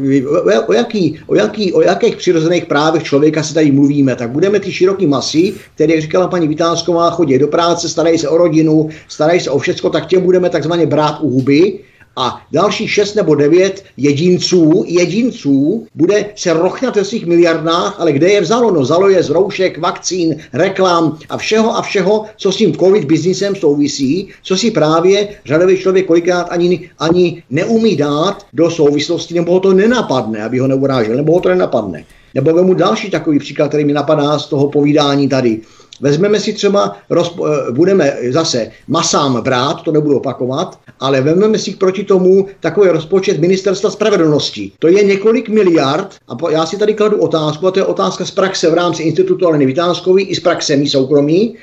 [SPEAKER 3] o jakých přirozených právech člověka se tady mluvíme? Tak budeme ty široký masy, které, jak říkala paní Vitásková, chodí do práce, starají se o rodinu, starají se o všecko, tak těm budeme takzvaně brát u huby. A dalších 6 nebo 9 jedinců bude se rochnat ve svých miliardách, ale kde je vzalo? No vzalo je z roušek, vakcín, reklam a všeho, co s tím covid biznisem souvisí, co si právě řadový člověk kolikrát ani neumí dát do souvislosti, nebo ho to nenapadne, aby ho neurážel, nebo ho to nenapadne. Nebo vemu další takový příklad, který mi napadá z toho povídání tady. Vezmeme si třeba, budeme zase masám brát, to nebudu opakovat, ale vezmeme si proti tomu takový rozpočet Ministerstva spravedlnosti. To je několik miliard a já si tady kladu otázku, a to je otázka z praxe v rámci institutu Aleny Vitáskový i z praxe mý soukromí.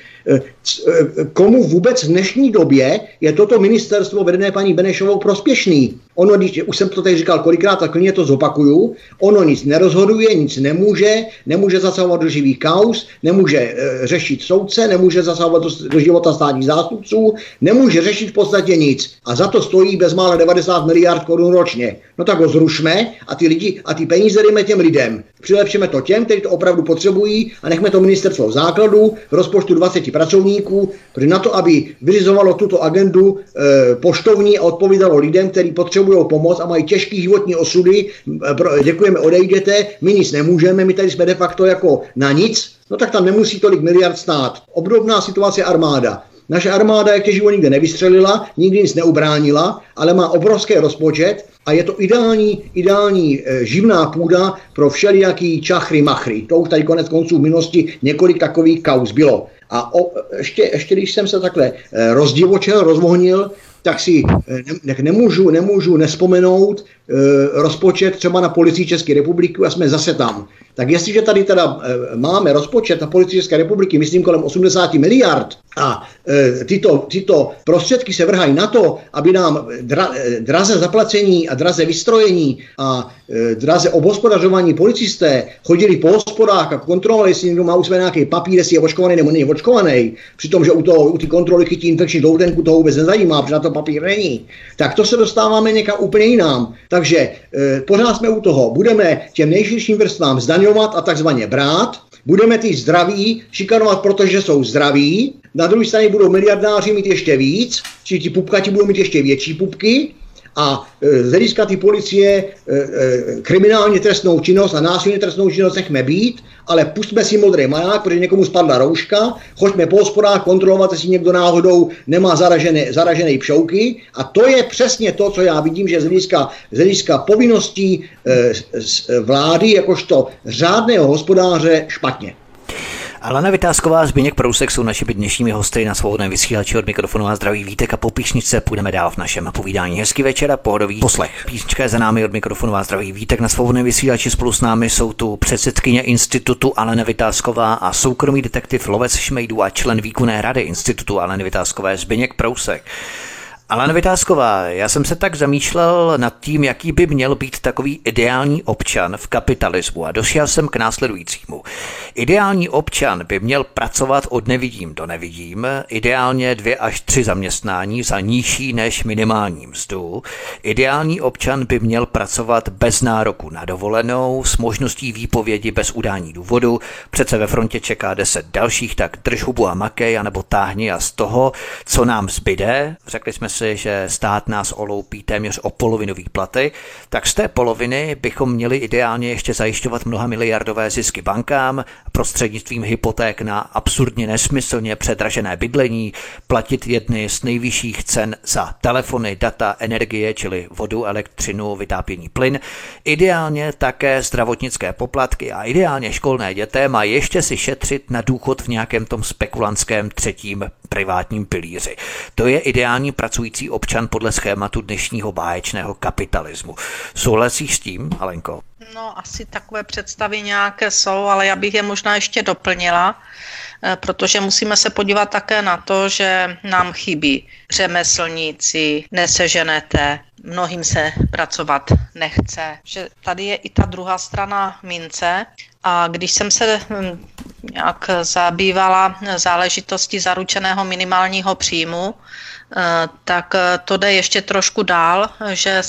[SPEAKER 3] Komu vůbec v dnešní době je toto ministerstvo vedené paní Benešovou prospěšný? Ono, když už jsem to tady říkal kolikrát, tak klidně to zopakuju, ono nic nerozhoduje, nic nemůže zasahovat do živých kauz, nemůže řešit soudce, nemůže zasahovat do života státních zástupců, nemůže řešit v podstatě nic. A za to stojí bezmála 90 miliard korun ročně. No tak ho zrušme a ty peníze dejme těm lidem. Přilepšeme to těm, kteří to opravdu potřebují a nechme to ministerstvo v základu, v rozpočtu 20 pracovníků, protože na to, aby vyřizovalo tuto agendu poštovní a odpovídalo lidem, kteří potřebují pomoc a mají těžké životní osudy, děkujeme, odejděte, my nic nemůžeme, my tady jsme de facto jako na nic, no tak tam nemusí tolik miliard stát. Obdobná situace armáda. Naše armáda, jak těživo nikde nevystřelila, nikdy nic neubránila, ale má obrovský rozpočet a je to ideální živná půda pro všelijaký čachry machry. To už tady konec konců v minulosti několik takových kauz bylo. A ještě když jsem se takhle rozvohnil, tak si nemůžu nespomenout rozpočet třeba na Policii České republiky a jsme zase tam. Tak jestliže tady teda máme rozpočet na Policii České republiky, myslím kolem 80 miliard a tyto prostředky se vrhají na to, aby nám draze zaplacení a draze vystrojení a draze obhospodařování policisté chodili po hospodách a kontrolovali, jestli někdo má u sebe nějaký papír, jestli je očkovaný nebo není očkovaný, přitom, že u ty kontroly chytí infekční žloutenku, toho vůbec nezajímá, protože na to papír není. Tak to se dostáváme někam úplně jinam. Takže pořád jsme u toho. Budeme těm nejširším vrstvám zdaňovat a takzvaně brát. Budeme ty zdraví šikanovat, protože jsou zdraví. Na druhé straně budou miliardáři mít ještě víc, či ti pupkati budou mít ještě větší pupky. a z hlediska té policie kriminálně trestnou činnost a násilně trestnou činnost nechme být, ale pustme si modrý maják, protože někomu spadla rouška, choďme po hospodách kontrolovat, jestli někdo náhodou nemá zaražené pšouky, a to je přesně to, co já vidím, že z hlediska povinností vlády jakožto řádného hospodáře špatně.
[SPEAKER 1] Alena Vitásková a Zbyněk Prousek jsou našimi dnešními hosty na Svobodném vysílači. Od mikrofonu a zdraví Vítek a po písničce půjdeme dál v našem povídání. Hezký večer a pohodový poslech. Písnička je za námi, od mikrofonu a zdraví Vítek. Na Svobodném vysílači spolu s námi jsou tu předsedkyně institutu Alena Vitásková a soukromý detektiv lovec šmejdů a člen výkonné rady institutu Aleny Vitáskové Zbyněk Prousek. Alena Vitásková, já jsem se tak zamýšlel nad tím, jaký by měl být takový ideální občan v kapitalismu, a došel jsem k následujícímu. Ideální občan by měl pracovat od nevidím do nevidím, ideálně 2 až 3 zaměstnání za nižší než minimální mzdu. Ideální občan by měl pracovat bez nároku na dovolenou, s možností výpovědi bez udání důvodu. Přece ve frontě čeká 10 dalších, tak drž hubu a makej, anebo táhni a z toho, co nám zbyde, řekli jsme si, že stát nás oloupí téměř o polovinu výplaty, tak z té poloviny bychom měli ideálně ještě zajišťovat mnoha miliardové zisky bankám prostřednictvím hypoték na absurdně nesmyslně předražené bydlení, platit jedny z nejvyšších cen za telefony, data, energie, čili vodu, elektřinu, vytápění, plyn, ideálně také zdravotnické poplatky a ideálně školné dětem a ještě si šetřit na důchod v nějakém tom spekulantském 3. privátním pilíři. To je ideální pracující občan podle schématu dnešního báječného kapitalismu. Souhlasíš s tím, Alenko?
[SPEAKER 2] No, asi takové představy nějaké jsou, ale já bych je možná ještě doplnila, protože musíme se podívat také na to, že nám chybí řemeslníci, neseženete, mnohým se pracovat nechce, že tady je i ta druhá strana mince. A když jsem se nějak zabývala záležitostí zaručeného minimálního příjmu, tak to jde ještě trošku dál, že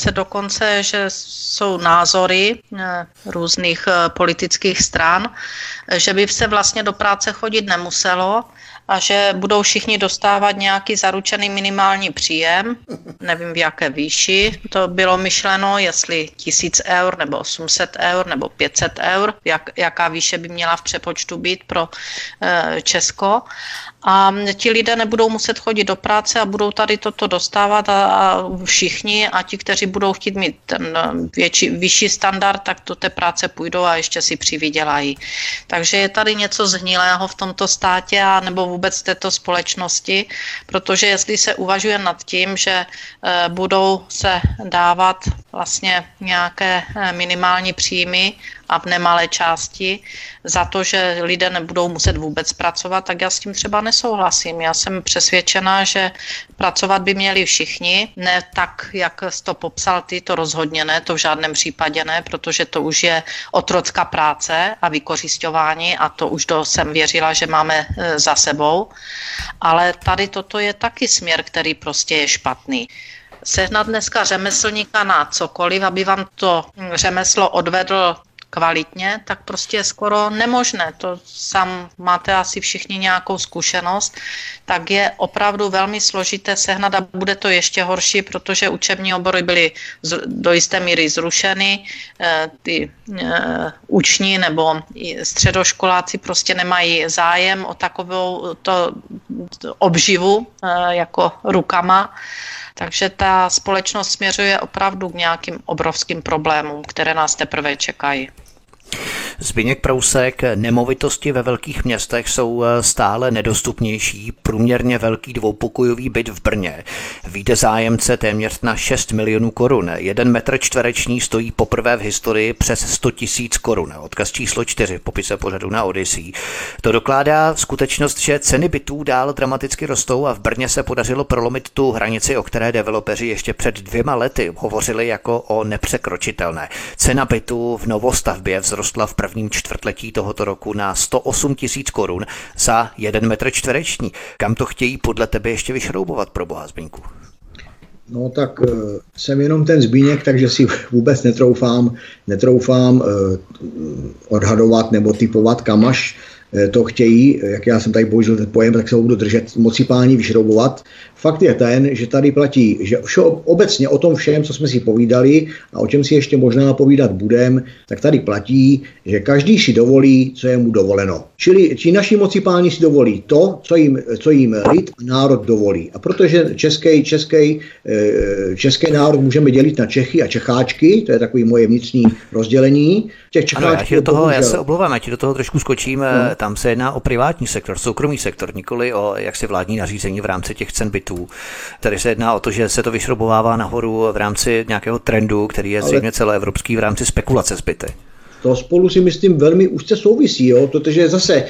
[SPEAKER 2] jsou názory různých politických stran, že by se vlastně do práce chodit nemuselo a že budou všichni dostávat nějaký zaručený minimální příjem, nevím v jaké výši to bylo myšleno, jestli 1000 eur nebo 800 eur nebo 500 eur, jaká výše by měla v přepočtu být pro Česko. A ti lidé nebudou muset chodit do práce a budou tady toto dostávat a všichni, a ti, kteří budou chtít mít ten vyšší standard, tak do té práce půjdou a ještě si přivydělají. Takže je tady něco zhnilého v tomto státě a nebo vůbec této společnosti, protože jestli se uvažuje nad tím, že budou se dávat vlastně nějaké minimální příjmy a v nemalé části za to, že lidé nebudou muset vůbec pracovat, tak já s tím třeba nesouhlasím. Já jsem přesvědčená, že pracovat by měli všichni, ne tak, jak jsi to popsal ty, to rozhodně ne, to v žádném případě ne, protože to už je otrocká práce a vykořisťování a to už jsem věřila, že máme za sebou. Ale tady toto je taky směr, který prostě je špatný. Sehnat dneska řemeslníka na cokoliv, aby vám to řemeslo odvedl kvalitně, tak prostě je skoro nemožné. To sám máte asi všichni nějakou zkušenost, tak je opravdu velmi složité sehnat a bude to ještě horší, protože učební obory byly do jisté míry zrušeny, ty uční nebo středoškoláci prostě nemají zájem o takovou to obživu jako rukama. Takže ta společnost směřuje opravdu k nějakým obrovským problémům, které nás teprve čekají.
[SPEAKER 1] Zbyněk Prousek, nemovitosti ve velkých městech jsou stále nedostupnější. Průměrně velký dvoupokojový byt v Brně vyjde zájemce téměř na 6 milionů korun. 1 metr čtvereční stojí poprvé v historii přes 100 000 korun. Odkaz číslo 4 v popise pořadu na Odyssey. To dokládá skutečnost, že ceny bytů dál dramaticky rostou a v Brně se podařilo prolomit tu hranici, o které developeři ještě před 2 lety hovořili jako o nepřekročitelné. Cena bytu v novostavbě vzrostla v prvním čtvrtletí tohoto roku na 108 000 korun za 1 metr čtvereční. Kam to chtějí podle tebe ještě vyšroubovat, pro boha, Zbyňku?
[SPEAKER 3] No tak jsem jenom ten Zbyněk, takže si vůbec netroufám odhadovat nebo typovat, kam až to chtějí, jak já jsem tady použil ten pojem, tak se ho budu držet, moci páni vyšroubovat. Fakt je ten, že tady platí, že obecně o tom všem, co jsme si povídali a o čem si ještě možná povídat budeme, tak tady platí, že každý si dovolí, co je mu dovoleno. Čili ti naši moci páni si dovolí to, co jim lid a národ dovolí. A protože český národ můžeme dělit na Čechy a Čecháčky, to je takový moje vnitřní rozdělení.
[SPEAKER 1] Ano, já se omlouvám, já ti do toho trošku skočím. Tam se jedná o privátní sektor, soukromý sektor, nikoli o jaksi vládní nařízení v rámci těch cen bytů. Tady se jedná o to, že se to vyšrobovává nahoru v rámci nějakého trendu, který je zřejmě celoevropský v rámci spekulace s byty.
[SPEAKER 3] To spolu si myslím velmi úzce souvisí, jo? Protože zase,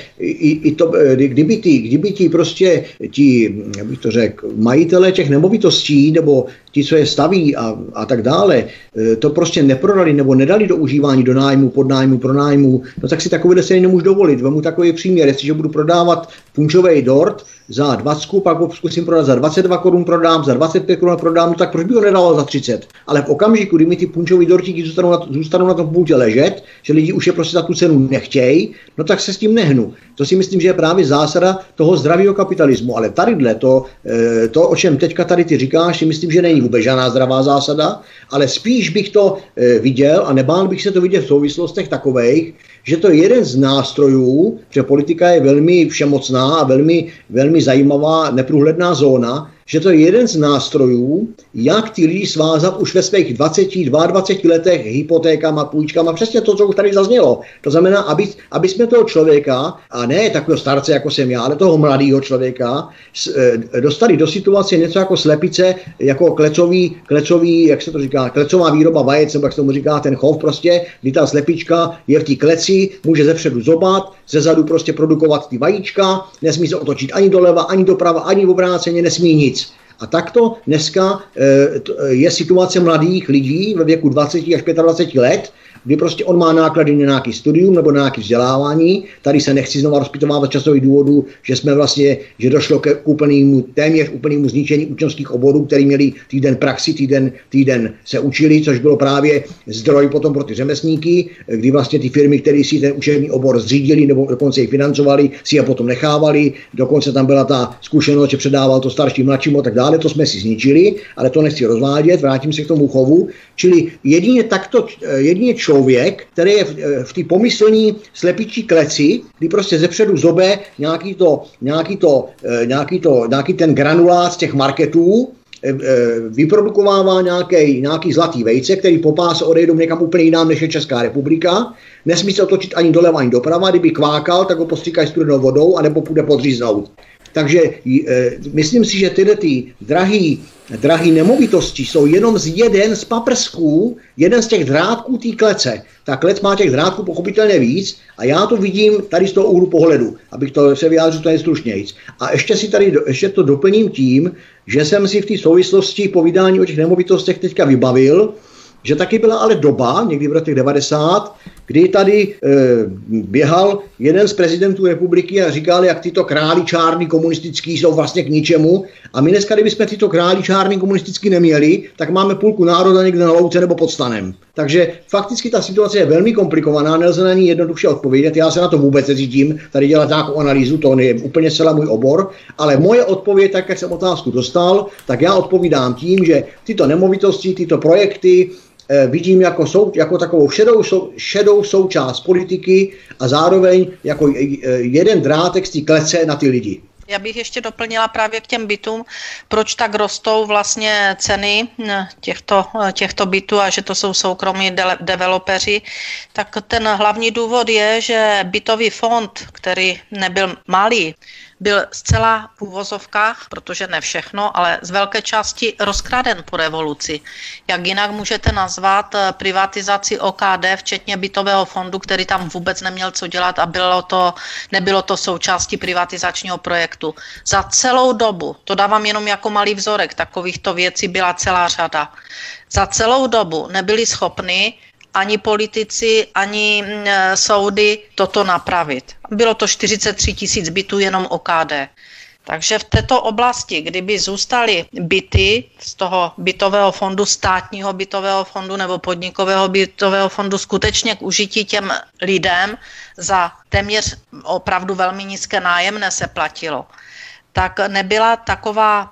[SPEAKER 3] kdyby ti prostě, jak bych to řekl, majitelé těch nemovitostí, nebo ti, co je staví a tak dále, to prostě neprodali nebo nedali do užívání, do nájmu, podnájmu, pronájmu, no tak si takovýhle se nemůžu dovolit. Vemu takový příměr, jestliže budu prodávat punčový dort za 20, pak ho zkusím prodat za 22 korun prodám, za 25 korun prodám, no tak proč by ho nedalo za 30? Ale v okamžiku, kdy mi ty punčový dortíky zůstanou na tom půltě ležet, že lidi už je prostě za tu cenu nechtějí, no tak se s tím nehnu. To si myslím, že je právě zásada toho zdravého kapitalismu. Ale tadyhle to, o čem teďka tady ty říkáš, si myslím, že není vůbec žádná zdravá zásada, ale spíš bych to viděl a nebál bych se to vidět v souvislostech takovejch, že to je jeden z nástrojů, že politika je velmi všemocná a velmi zajímavá, neprůhledná zóna, že to je jeden z nástrojů, jak ty lidi svázat už ve svých 22 letech hypotékama, půjčkama, přesně to, co už tady zaznělo. To znamená, aby jsme toho člověka, a ne takového starce, jako jsem já, ale toho mladého člověka, dostali do situace něco jako slepice, jako klecový, jak se to říká, klecová výroba vajec, nebo jak se tomu říká, ten chov prostě, kdy ta slepička je v té kleci, může zepředu zobat, zezadu prostě produkovat ty vajíčka, nesmí se otočit ani doleva, ani doprava, ani obráceně, nesmí nic. A takto dneska je situace mladých lidí ve věku 20 až 25 let, kdy prostě on má náklady na nějaký studium nebo na nějaké vzdělávání. Tady se nechci znova rozpitovávat časových důvodů, že došlo k téměř úplnému zničení učňovských oborů, který měli týden praxi, týden se učili, což bylo právě zdroj potom pro ty řemeslníky, kdy vlastně ty firmy, které si ten učební obor zřídili nebo dokonce ji financovali, si je potom nechávali. Dokonce tam byla ta zkušenost, že předával to starším, mladším a tak dále, to jsme si zničili, ale to nechci rozvádět, vrátím se k tomu chovu. Čili jedině člověk, který je v té pomyslné slepičí kleci, kdy prostě zepředu zobe nějaký ten granulát z těch marketů, vyprodukovává nějaký zlatý vejce, který po páse odejdou někam úplně jinam, než je Česká republika. Nesmí se otočit ani doleva, ani doprava. Kdyby kvákal, tak ho postříkají studenou vodou, anebo půjde podříznout. Takže myslím si, že tyhle ty drahý nemovitosti jsou jenom jeden z paprsků, jeden z těch drátků té klece. Ta klec má těch drátků pochopitelně víc a já to vidím tady z toho úhlu pohledu, abych to se vyjádřil to nejstručnějc. A ještě to doplním tím, že jsem si v té souvislosti povídání o těch nemovitostech teďka vybavil, že taky byla ale doba, někdy v letech 90, kdy tady běhal jeden z prezidentů republiky a říkal, jak tyto králi čární komunistický jsou vlastně k ničemu. A my dneska, kdybychom tyto králi čární komunistický neměli, tak máme půlku národa někde na louce nebo pod stanem. Takže fakticky ta situace je velmi komplikovaná, nelze na ní jednoduše odpovědět. Já se na to vůbec neřídím, tady dělat nějakou analýzu, to je úplně celá můj obor, ale moje odpověď, tak jak jsem otázku dostal, tak já odpovídám tím, že tyto nemovitosti, tyto projekty vidím jako takovou šedou součást politiky a zároveň jako jeden drátek z té klece na ty lidi.
[SPEAKER 2] Já bych ještě doplnila právě k těm bytům, proč tak rostou vlastně ceny těchto bytů a že to jsou soukromí developeři. Tak ten hlavní důvod je, že bytový fond, který nebyl malý, byl zcela v uvozovkách, protože ne všechno, ale z velké části rozkraden po revoluci. Jak jinak můžete nazvat privatizaci OKD, včetně bytového fondu, který tam vůbec neměl co dělat a nebylo to součástí privatizačního projektu. Za celou dobu, to dávám jenom jako malý vzorek, takovýchto věcí byla celá řada. Za celou dobu nebyli schopni ani politici, ani soudy toto napravit. Bylo to 43 000 bytů jenom OKD. Takže v této oblasti, kdyby zůstaly byty z toho bytového fondu, státního bytového fondu nebo podnikového bytového fondu skutečně k užití těm lidem za téměř opravdu velmi nízké nájemné se platilo, tak nebyla taková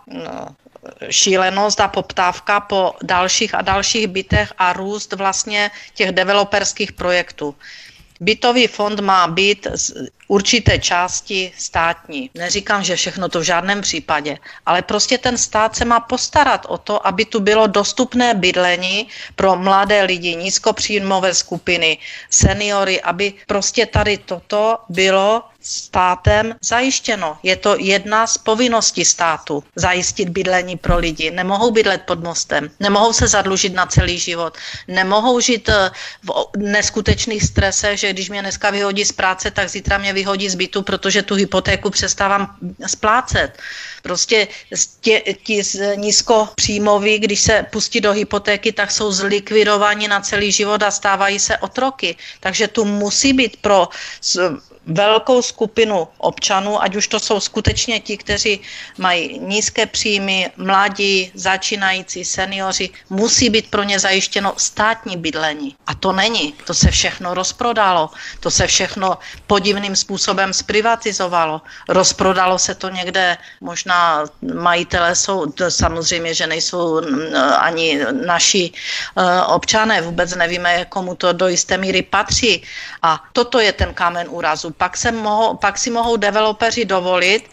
[SPEAKER 2] šílenost a poptávka po dalších a dalších bytech a růst vlastně těch developerských projektů. Bytový fond má být z určité části státní. Neříkám, že všechno to v žádném případě, ale prostě ten stát se má postarat o to, aby tu bylo dostupné bydlení pro mladé lidi, nízkopříjmové skupiny, seniory, aby prostě tady toto bylo státem zajištěno. Je to jedna z povinností státu zajistit bydlení pro lidi. Nemohou bydlet pod mostem, nemohou se zadlužit na celý život, nemohou žít v neskutečných stresech, že když mě dneska vyhodí z práce, tak zítra mě vyhodí z bytu, protože tu hypotéku přestávám splácet. Prostě ti nízkopříjmoví, když se pustí do hypotéky, tak jsou zlikvidovaní na celý život a stávají se otroky. Takže tu musí být pro velkou skupinu občanů, ať už to jsou skutečně ti, kteří mají nízké příjmy, mladí, začínající, seniori, musí být pro ně zajištěno státní bydlení. A to není. To se všechno rozprodalo. To se všechno podivným způsobem zprivatizovalo. Rozprodalo se to někde, možná majitelé jsou, samozřejmě, že nejsou ani naši občané, vůbec nevíme, komu to do jisté míry patří. A toto je ten kámen úrazu. Pak si mohou developeři dovolit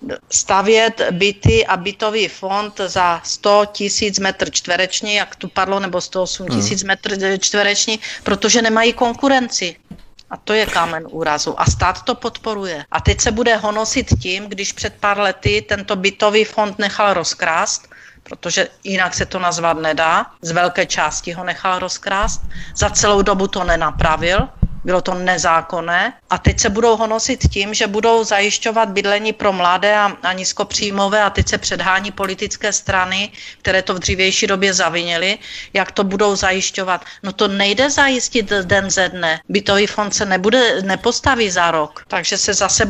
[SPEAKER 2] stavět byty a bytový fond za 100 000 metr čtvereční, jak tu padlo, nebo 108 000 metr čtvereční, protože nemají konkurenci. A to je kámen úrazu. A stát to podporuje. A teď se bude honosit tím, když před pár lety tento bytový fond nechal rozkrást, protože jinak se to nazvat nedá, z velké části ho nechal rozkrást, za celou dobu to nenapravil, bylo to nezákonné a teď se budou honosit tím, že budou zajišťovat bydlení pro mladé a nízkopříjmové a teď se předhání politické strany, které to v dřívější době zavinily, jak to budou zajišťovat. No to nejde zajistit den ze dne. Bytový fond se nepostaví za rok, takže se zase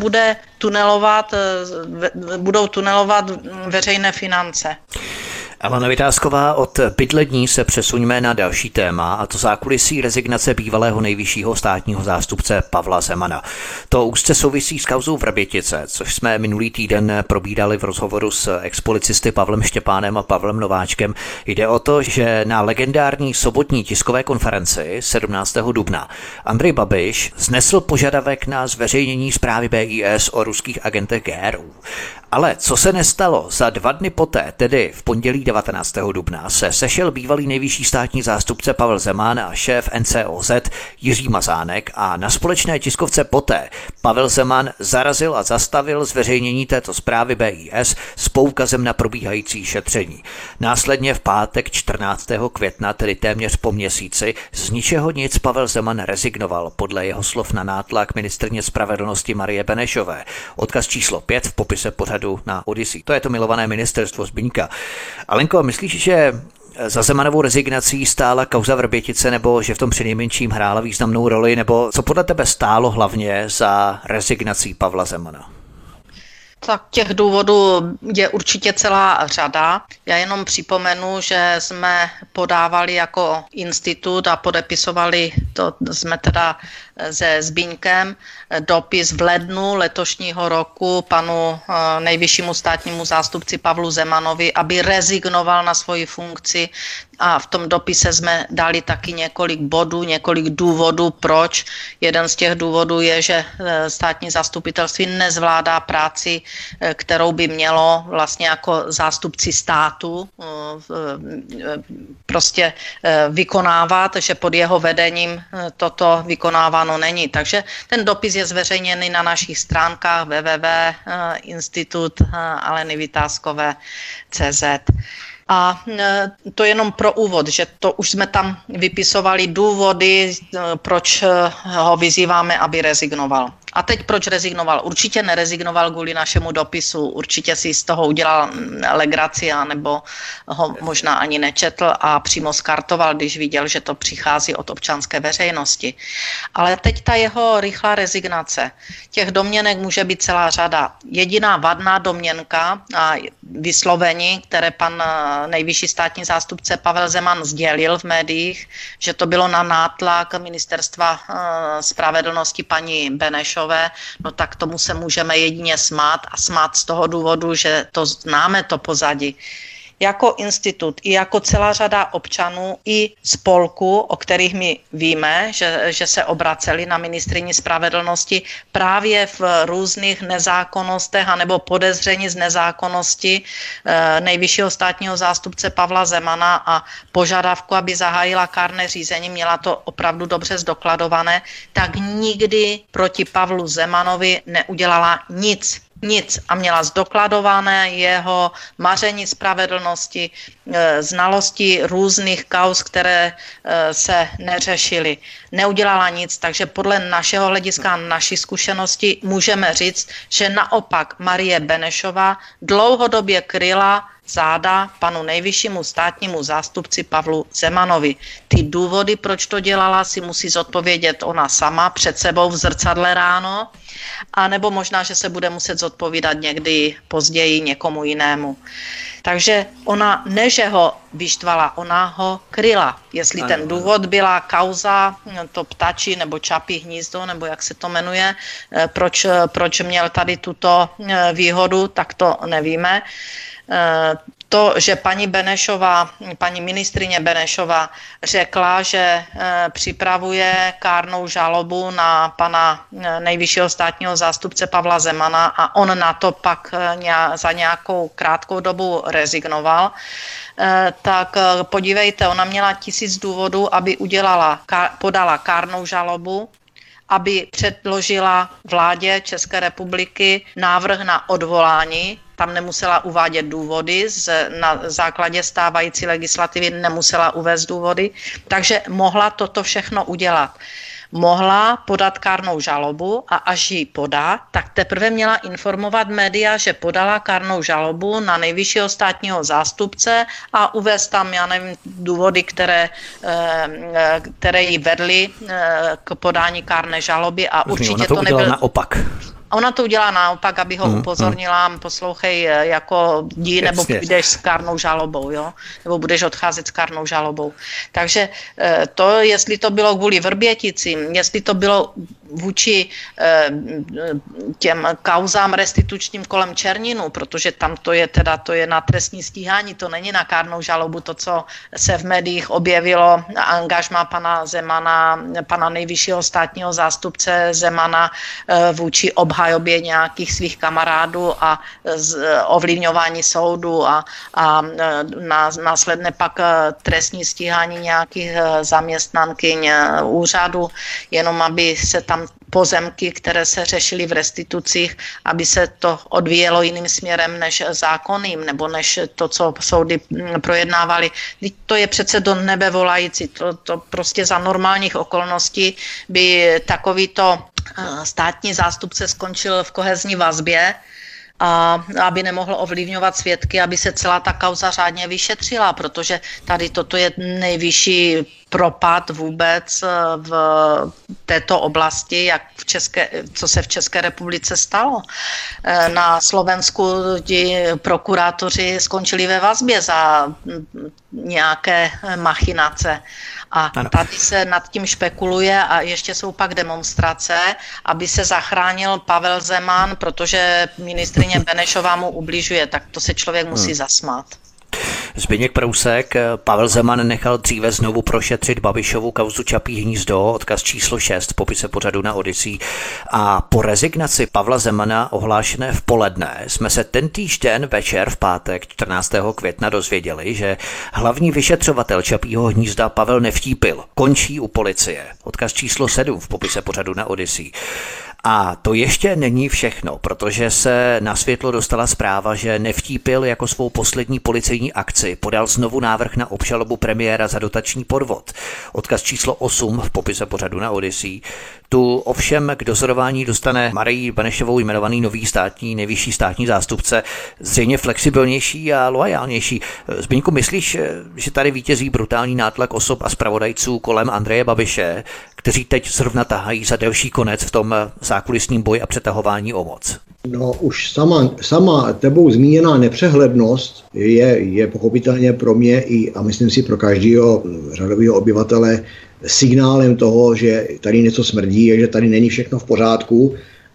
[SPEAKER 2] budou tunelovat veřejné finance.
[SPEAKER 1] Alena Vitásková, od bydlení se přesuňme na další téma, a to zákulisí rezignace bývalého nejvyššího státního zástupce Pavla Zemana. To úzce souvisí s kauzou Vrbětice, což jsme minulý týden probídali v rozhovoru s expolicisty Pavlem Štěpánem a Pavlem Nováčkem. Jde o to, že na legendární sobotní tiskové konferenci 17. dubna Andrej Babiš vznesl požadavek na zveřejnění zprávy BIS o ruských agentech GRU. Ale co se nestalo? Za 2 dny poté, tedy v pondělí 19. dubna, se sešel bývalý nejvyšší státní zástupce Pavel Zeman a šéf NCOZ Jiří Mazánek a na společné tiskovce poté Pavel Zeman zarazil a zastavil zveřejnění této zprávy BIS s poukazem na probíhající šetření. Následně v pátek 14. května, tedy téměř po měsíci, z ničeho nic Pavel Zeman rezignoval, podle jeho slov na nátlak ministryně spravedlnosti Marie Benešové. Odkaz číslo 5 v popise pořadu na Odyssey. To je to milované ministerstvo Zbyňka. Alenko, myslíš, že za Zemanovou rezignací stála kauza Vrbětice, nebo že v tom přinejmenším hrála významnou roli, nebo co podle tebe stálo hlavně za rezignací Pavla Zemana?
[SPEAKER 2] Tak těch důvodů je určitě celá řada. Já jenom připomenu, že jsme podávali jako institut a podepisovali, to jsme teda se Zbyňkem, dopis v lednu letošního roku panu nejvyššímu státnímu zástupci Pavlu Zemanovi, aby rezignoval na svoji funkci, a v tom dopise jsme dali taky několik bodů, několik důvodů, proč. Jeden z těch důvodů je, že státní zastupitelství nezvládá práci, kterou by mělo vlastně jako zástupci státu prostě vykonávat, že pod jeho vedením toto vykonáváno není. Takže ten dopis je zveřejněný na našich stránkách www.institut.aleny-Vitáskové.cz. A to jenom pro úvod, že to už jsme tam vypisovali důvody, proč ho vyzýváme, aby rezignoval. A teď proč rezignoval? Určitě nerezignoval kvůli našemu dopisu, určitě si z toho udělal legraci, nebo ho možná ani nečetl a přímo skartoval, když viděl, že to přichází od občanské veřejnosti. Ale teď ta jeho rychlá rezignace. Těch domněnek může být celá řada. Jediná vadná domněnka a vyslovení, které pan nejvyšší státní zástupce Pavel Zeman sdělil v médiích, že to bylo na nátlak ministerstva spravedlnosti paní Benešové, Benešové, no tak tomu se můžeme jedině smát a smát z toho důvodu, že to známe to pozadí. Jako institut i jako celá řada občanů i spolků, o kterých my víme, že se obraceli na ministryni spravedlnosti právě v různých nezákonnostech anebo podezření z nezákonnosti nejvyššího státního zástupce Pavla Zemana a požadavku, aby zahájila kárné řízení, měla to opravdu dobře zdokladované, tak nikdy proti Pavlu Zemanovi neudělala nic a měla zdokladované jeho maření spravedlnosti, znalosti různých kauz, které se neřešily. Neudělala nic, takže podle našeho hlediska, naší zkušenosti můžeme říct, že naopak Marie Benešová dlouhodobě kryla záda panu nejvyššímu státnímu zástupci Pavlu Zemanovi. Ty důvody, proč to dělala, si musí zodpovědět ona sama před sebou v zrcadle ráno, anebo možná, že se bude muset zodpovídat někdy později někomu jinému. Takže ona ne, že ho vyštvala, ona ho kryla. Jestli ten důvod byla kauza, to ptačí nebo čapí hnízdo, nebo jak se to jmenuje, proč měl tady tuto výhodu, tak to nevíme. To, že paní ministryně Benešová řekla, že připravuje kárnou žalobu na pana nejvyššího státního zástupce Pavla Zemana a on na to pak za nějakou krátkou dobu rezignoval, tak podívejte, ona měla 1000 důvodů, aby podala kárnou žalobu, aby předložila vládě České republiky návrh na odvolání. Tam nemusela uvádět důvody, na základě stávající legislativy nemusela uvést důvody, takže mohla toto všechno udělat. Mohla podat kárnou žalobu a až ji podá, tak teprve měla informovat média, že podala kárnou žalobu na nejvyššího státního zástupce a uvést tam, já nevím, důvody, které ji vedly k podání kárné žaloby a určitě to nebylo
[SPEAKER 1] naopak.
[SPEAKER 2] A ona to udělá naopak, aby ho upozornila, poslouchej, jako jdi, nebo půjdeš s kárnou žalobou, jo? Nebo budeš odcházet s kárnou žalobou. Takže to, jestli to bylo kvůli Vrběticím, jestli to bylo vůči těm kauzám restitučním kolem Černinu, protože tam to je na trestní stíhání, to není na kárnou žalobu, to, co se v médiích objevilo, angažmá pana Zemana, pana nejvyššího státního zástupce Zemana vůči obhajobě nějakých svých kamarádů a ovlivňování soudu a následně pak trestní stíhání nějakých zaměstnankyň úřadu, jenom aby se tam pozemky, které se řešily v restitucích, aby se to odvíjelo jiným směrem než zákonným, nebo než to, co soudy projednávaly. To je přece do nebe volající. To prostě za normálních okolností by takovýto státní zástupce skončil v kohezní vazbě, a aby nemohl ovlivňovat svědky, aby se celá ta kauza řádně vyšetřila, protože tady toto je nejvyšší propad vůbec v této oblasti, co se v České republice stalo. Na Slovensku ti prokurátoři skončili ve vazbě za nějaké machinace. A tady se nad tím špekuluje a ještě jsou pak demonstrace, aby se zachránil Pavel Zeman, protože ministryně Benešová mu ubližuje, tak to se člověk musí zasmát.
[SPEAKER 1] Zbyněk Prousek, Pavel Zeman nechal dříve znovu prošetřit Babišovu kauzu Čapí hnízdo, odkaz číslo 6 v popise pořadu na Odyssey. A po rezignaci Pavla Zemana ohlášené v poledne jsme se tentýž den večer v pátek 14. května dozvěděli, že hlavní vyšetřovatel Čapího hnízda Pavel Nevtípil končí u policie. Odkaz číslo 7 v popise pořadu na Odyssey. A to ještě není všechno, protože se na světlo dostala zpráva, že Nevtípil jako svou poslední policejní akci podal znovu návrh na obžalobu premiéra za dotační podvod. Odkaz číslo 8 v popise pořadu na Odyssey. Tu ovšem k dozorování dostane Marii Benešovou jmenovaný nový nejvyšší státní zástupce, zřejmě flexibilnější a loajálnější. Zbyňku, myslíš, že tady vítězí brutální nátlak osob a zpravodajců kolem Andreje Babiše, kteří teď zrovna tahají za delší konec v tom zákulisním boji a přetahování o moc?
[SPEAKER 3] No už sama tebou zmíněná nepřehlednost je pochopitelně pro mě a myslím si pro každého řadového obyvatele signálem toho, že tady něco smrdí, že tady není všechno v pořádku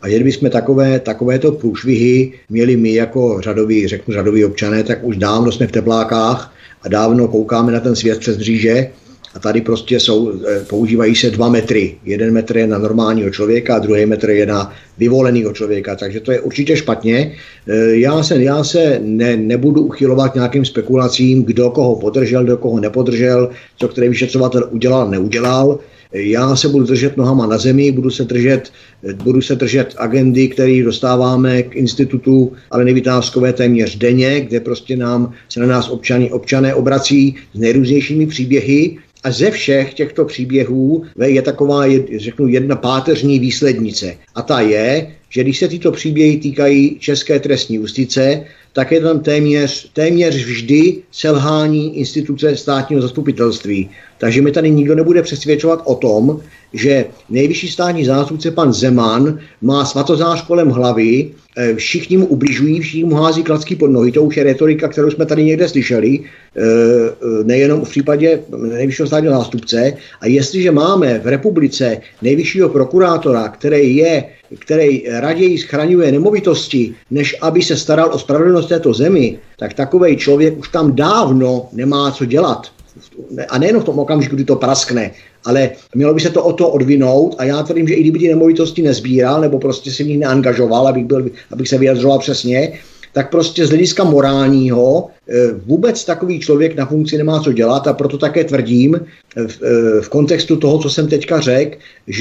[SPEAKER 3] A kdybychom takovéto průšvihy měli my jako řadoví občané, tak už dávno jsme v teplákách a dávno koukáme na ten svět přes mříže. A tady prostě používají se 2 metry. 1 metr je na normálního člověka a 2 metr je na vyvoleného člověka. Takže to je určitě špatně. Já se nebudu uchylovat k nějakým spekulacím, kdo koho podržel, kdo koho nepodržel, co který vyšetřovatel udělal, neudělal. Já se budu držet nohama na zemi, budu se držet agendy, které dostáváme k institutu Aleny Vytázkové téměř denně, kde prostě se na nás občané obrací s nejrůznějšími příběhy. A ze všech těchto příběhů je taková, jedna páteřní výslednice. A ta je, že když se tyto příběhy týkají české trestní justice, tak je tam téměř vždy selhání instituce státního zastupitelství. Takže mi tady nikdo nebude přesvědčovat o tom, že nejvyšší státní zástupce pan Zeman má svatozář kolem hlavy, všichni mu ubližují, všichni mu hází klacky pod nohy. To už je retorika, kterou jsme tady někde slyšeli, nejenom v případě nejvyššího státního zástupce. A jestliže máme v republice nejvyššího prokurátora, který raději schraňuje nemovitosti, než aby se staral o spravedlnost této zemi, tak takovej člověk už tam dávno nemá co dělat. A nejen v tom okamžiku, kdy to praskne, ale mělo by se to o to odvinout a já tvrdím, že i kdyby ty nemovitosti nezbíral nebo prostě si v nich neangažoval, abych se vyjadřoval přesně, tak prostě z hlediska morálního vůbec takový člověk na funkci nemá co dělat a proto také tvrdím v kontextu toho, co jsem teďka řekl,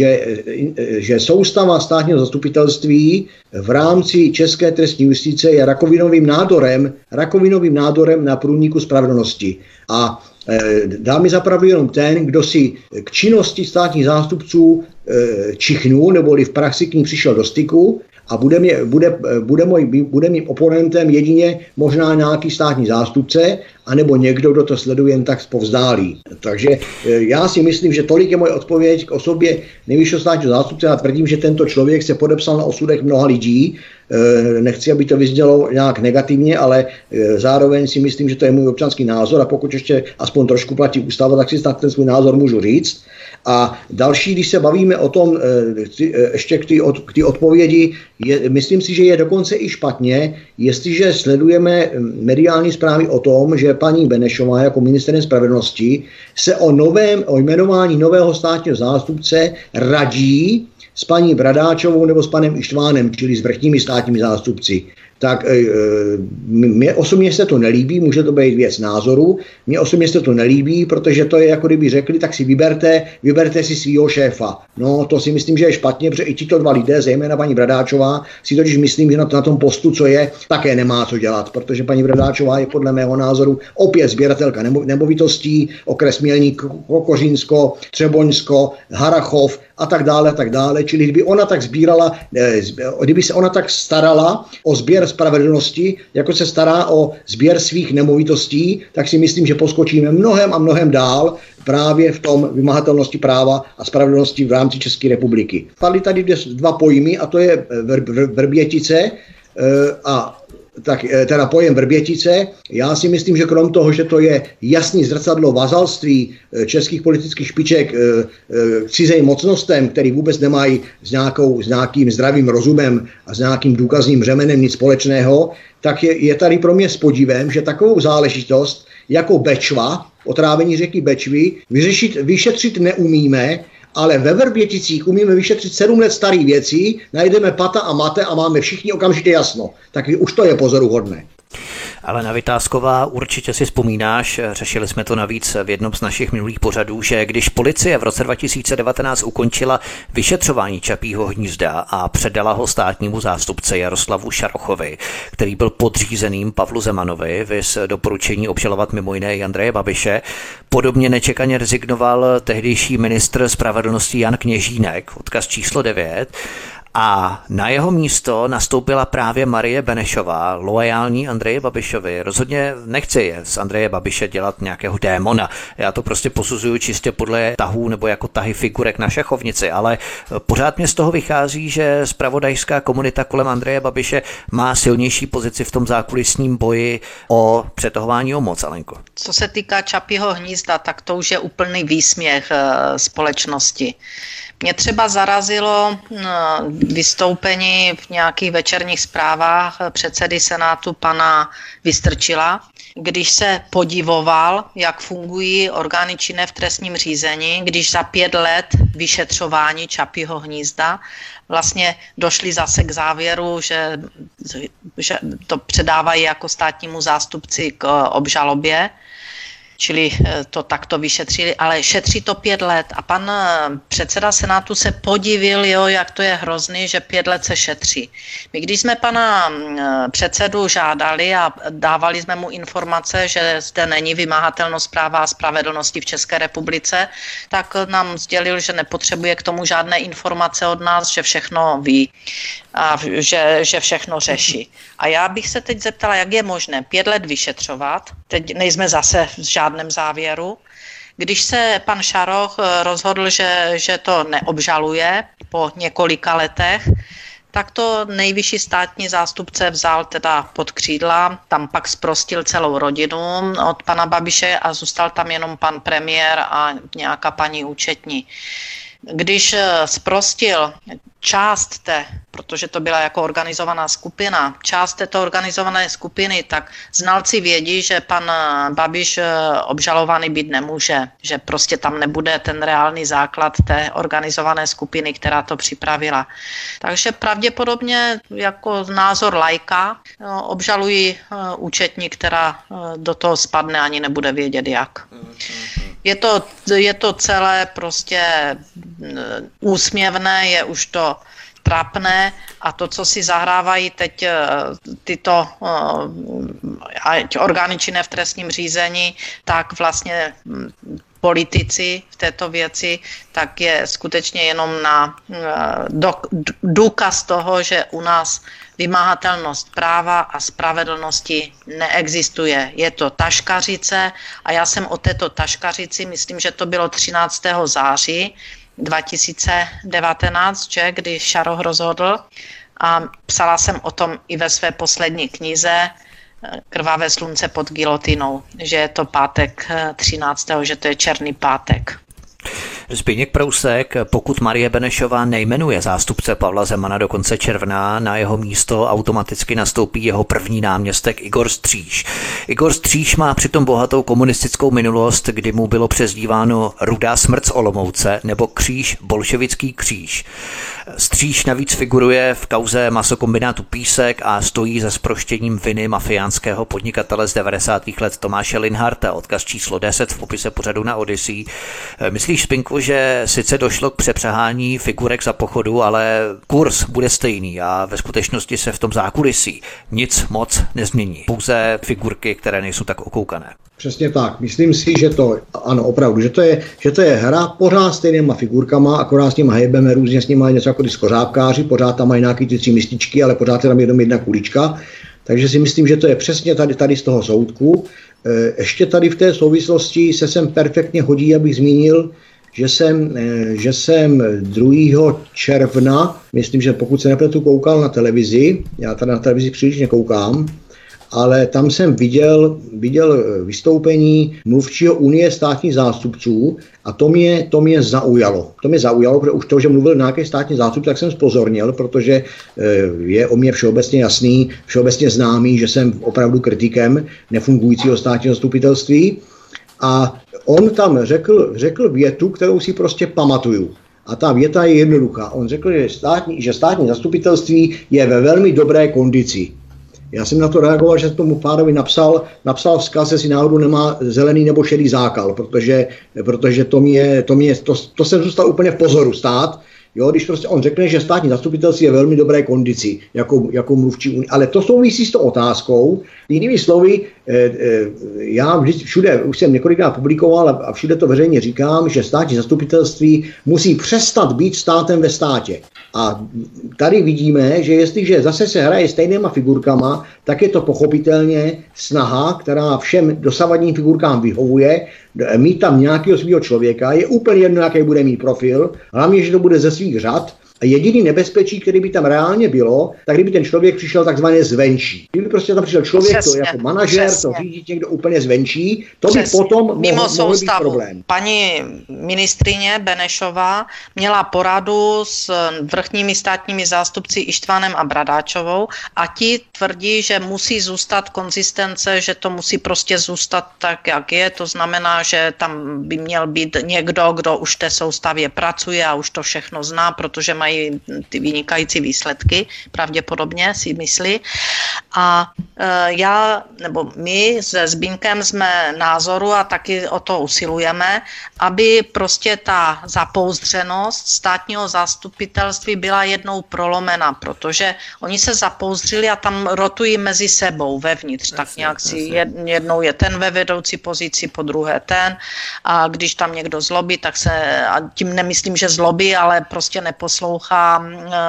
[SPEAKER 3] že soustava státního zastupitelství v rámci české trestní justice je rakovinovým nádorem na průniku spravedlnosti. A dá mi zapravdu jenom ten, kdo si k činnosti státních zástupců čichnul, neboli v praxi k ní přišel do styku a bude mým oponentem jedině možná nějaký státní zástupce, anebo někdo, kdo to sleduje jen tak zpovzdálí. Takže já si myslím, že tolik je moje odpověď k osobě nejvyššího státního zástupce a tvrdím, že tento člověk se podepsal na osudech mnoha lidí. Nechci, aby to vyznělo nějak negativně, ale zároveň si myslím, že to je můj občanský názor a pokud ještě aspoň trošku platí ústava, tak si snad ten svůj názor můžu říct. A další, když se bavíme o tom, ještě k té odpovědi, myslím si, že je dokonce i špatně, jestliže sledujeme mediální zprávy o tom, že paní Benešová jako ministryně spravedlnosti se o jmenování nového státního zástupce radí s paní Bradáčovou nebo s panem Ištvánem, čili s vrchními státními zástupci. Tak mně osobně se to nelíbí, může to být věc názoru, mně osobně se to nelíbí, protože to je jako kdyby řekli, tak si vyberte si svýho šéfa. No to si myslím, že je špatně, protože i tito 2 lidé, zejména paní Bradáčová, si totiž myslím, že na tom postu, co je, také nemá co dělat, protože paní Bradáčová je podle mého názoru opět sběratelka nemovitostí, okres Mělník, Kokořínsko, Třeboňsko, Harachov a tak dále, čili kdyby se ona tak starala o sběr spravedlnosti, jako se stará o sběr svých nemovitostí, tak si myslím, že poskočíme mnohem a mnohem dál právě v tom vymahatelnosti práva a spravedlnosti v rámci České republiky. Padly tady 2 pojmy a to je Vrbětice a tak teda pojem Vrbětice. Já si myslím, že krom toho, že to je jasný zrcadlo vazalství českých politických špiček k cizím mocnostem, který vůbec nemají s nějakým zdravým rozumem a s nějakým důkazním břemenem nic společného, tak je tady pro mě s podivem, že takovou záležitost jako Bečva, otrávení řeky Bečvy, vyšetřit neumíme, ale ve Vrběticích umíme vyšetřit 7 let starých věcí, najdeme pata a mate a máme všichni okamžitě jasno. Tak už to je pozoruhodné.
[SPEAKER 1] Alena Vytázková, určitě si vzpomínáš, řešili jsme to navíc v jednom z našich minulých pořadů, že když policie v roce 2019 ukončila vyšetřování Čapího hnízda a předala ho státnímu zástupci Jaroslavu Šarochovi, který byl podřízeným Pavlu Zemanovi, viz doporučení obžalovat mimo jiné i Andreje Babiše, podobně nečekaně rezignoval tehdejší ministr spravedlnosti Jan Kněžínek, odkaz číslo 9, a na jeho místo nastoupila právě Marie Benešová, loajální Andreji Babišovi. Rozhodně nechci z Andreje Babiše dělat nějakého démona. Já to prostě posuzuju čistě podle tahů nebo jako tahy figurek na šachovnici, ale pořád mě z toho vychází, že zpravodajská komunita kolem Andreje Babiše má silnější pozici v tom zákulisním boji o přetahování o moc, Alenko.
[SPEAKER 2] Co se týká Čapího hnízda, tak to už je úplný výsměch společnosti. Mě třeba zarazilo vystoupení v nějakých večerních zprávách předsedy Senátu pana Vystrčila, když se podivoval, jak fungují orgány činné v trestním řízení, když za 5 let vyšetřování Čapího hnízda vlastně došli zase k závěru, že to předávají jako státnímu zástupci k obžalobě, čili to takto vyšetřili, ale šetří to 5 let. A pan předseda Senátu se podivil, jak to je hrozný, že 5 let se šetří. My když jsme pana předsedu žádali a dávali jsme mu informace, že zde není vymahatelnost práva a spravedlnosti v České republice, tak nám sdělil, že nepotřebuje k tomu žádné informace od nás, že všechno ví a že všechno řeší. A já bych se teď zeptala, jak je možné 5 let vyšetřovat, teď nejsme zase v žádném závěru, když se pan Šaroch rozhodl, že to neobžaluje po několika letech, tak to nejvyšší státní zástupce vzal teda pod křídla, tam pak zprostil celou rodinu od pana Babiše a zůstal tam jenom pan premiér a nějaká paní účetní. Když zprostil část protože to byla jako organizovaná skupina, část této organizované skupiny, tak znalci vědí, že pan Babiš obžalovaný být nemůže, že prostě tam nebude ten reálný základ té organizované skupiny, která to připravila. Takže pravděpodobně jako názor laika obžalují účetní, která do toho spadne, ani nebude vědět jak. Je to celé prostě úsměvné, je už to trapné a to, co si zahrávají teď tyto orgány činné v trestním řízení, tak vlastně politici v této věci, tak je skutečně jenom na důkaz toho, že u nás vymahatelnost práva a spravedlnosti neexistuje. Je to taškařice a já jsem o této taškařici, myslím, že to bylo 13. září 2019, kdy Šaroch rozhodl a psala jsem o tom i ve své poslední knize Krvavé slunce pod gilotinou, že je to pátek 13., že to je černý pátek.
[SPEAKER 1] Zbyněk Prousek, pokud Marie Benešová nejmenuje zástupce Pavla Zemana do konce června, na jeho místo automaticky nastoupí jeho první náměstek Igor Stříž. Igor Stříž má přitom bohatou komunistickou minulost, kdy mu bylo přezdíváno Rudá smrt z Olomouce nebo Kříž, bolševický kříž. Stříž navíc figuruje v kauze masokombinátu Písek a stojí za zproštěním viny mafiánského podnikatele z 90. let Tomáše Linharta. Odkaz číslo 10 v popise pořadu na Odyssey. Myslíš, Spinku, že sice došlo k přepřahání figurek za pochodu, ale kurz bude stejný a ve skutečnosti se v tom zákulisí nic moc nezmění. Pouze figurky, které nejsou tak okoukané.
[SPEAKER 3] Přesně tak. Myslím si, že to, ano, opravdu, že to je hra pořád stejnýma figurkama, akorát s nimi hejbeme různě, s nimi mají něco jako ty skořápkáři, pořád tam mají nějaký ty 3 mističky, ale pořád je tam jenom jedna kulička. Takže si myslím, že to je přesně tady z toho soudku. Ještě tady v té souvislosti se sem perfektně hodí, abych zmínil, že jsem 2. června, myslím, že pokud se nepletu, koukal na televizi, já tady na televizi příliš nekoukám, ale tam jsem viděl vystoupení mluvčího Unie státních zástupců a to mě zaujalo. To mě zaujalo, protože už to, že mluvil nějaký státní zástupce, tak jsem zpozornil, protože je o mě všeobecně jasný, všeobecně známý, že jsem opravdu kritikem nefungujícího státního zastupitelství. A on tam řekl větu, kterou si prostě pamatuju. A ta věta je jednoduchá. On řekl, že státní zastupitelství je ve velmi dobré kondici. Já jsem na to reagoval, že tomu pánovi napsal vzkaz, jestli náhodou nemá zelený nebo šedý zákal, protože to jsem zůstal úplně v pozoru stát. Jo, když prostě on řekne, že státní zastupitelství je ve velmi dobré kondici, jako mluvčí unie. Ale to souvisí s tou otázkou. Jinými slovy, já všude, už jsem několikrát publikoval a všude to veřejně říkám, že státní zastupitelství musí přestat být státem ve státě. A tady vidíme, že jestliže zase se hraje stejnýma figurkama, tak je to pochopitelně snaha, která všem dosavadním figurkám vyhovuje, mít tam nějakého svého člověka, je úplně jedno, jaký bude mít profil, hlavně, že to bude ze svých řad A jediný nebezpečí, který by tam reálně bylo, tak kdyby ten člověk přišel takzvaně zvenčí. Kdyby prostě tam přišel člověk, přesně, to jako manažer, to řídí někdo úplně zvenčí, to by potom mohl být problém.
[SPEAKER 2] Paní ministryně Benešová měla poradu s vrchními státními zástupci Ištvanem a Bradáčovou a ti tvrdí, že musí zůstat konzistence, že to musí prostě zůstat tak, jak je. To znamená, že tam by měl být někdo, kdo už v té soustavě pracuje a už to všechno zná, protože mají ty vynikající výsledky, pravděpodobně si myslí. A já, nebo my se Zbyňkem jsme názoru a taky o to usilujeme, aby prostě ta zapouzdřenost státního zastupitelství byla jednou prolomena, protože oni se zapouzdřili a tam rotují mezi sebou vevnitř, tak nějak si jednou je ten ve vedoucí pozici, po druhé ten a když tam někdo zlobí, tak se, a tím nemyslím, že zlobí, ale prostě neposlouchá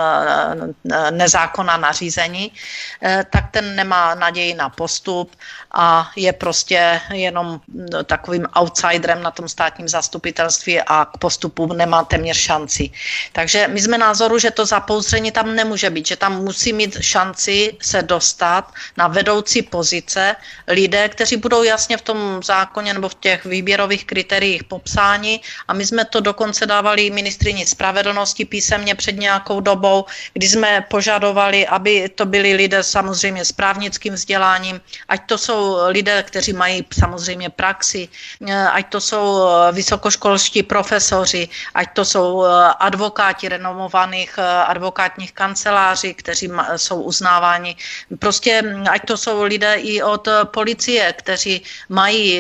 [SPEAKER 2] nezákonná nařízení, tak ten nemá naději na postup a je prostě jenom takovým outsiderem na tom státním zastupitelství a k postupu nemá téměř šanci. Takže my jsme názoru, že to zapouzdření tam nemůže být, že tam musí mít šanci se dostat na vedoucí pozice lidé, kteří budou jasně v tom zákoně nebo v těch výběrových kritériích popsáni a my jsme to dokonce dávali ministryni spravedlnosti písemně před nějakou dobou, kdy jsme požadovali, aby to byli lidé samozřejmě s právnickým vzděláním, ať to jsou lidé, kteří mají samozřejmě praxi, ať to jsou vysokoškolští profesoři, ať to jsou advokáti renomovaných advokátních kanceláří, kteří jsou uznáváni. Prostě ať to jsou lidé i od policie, kteří mají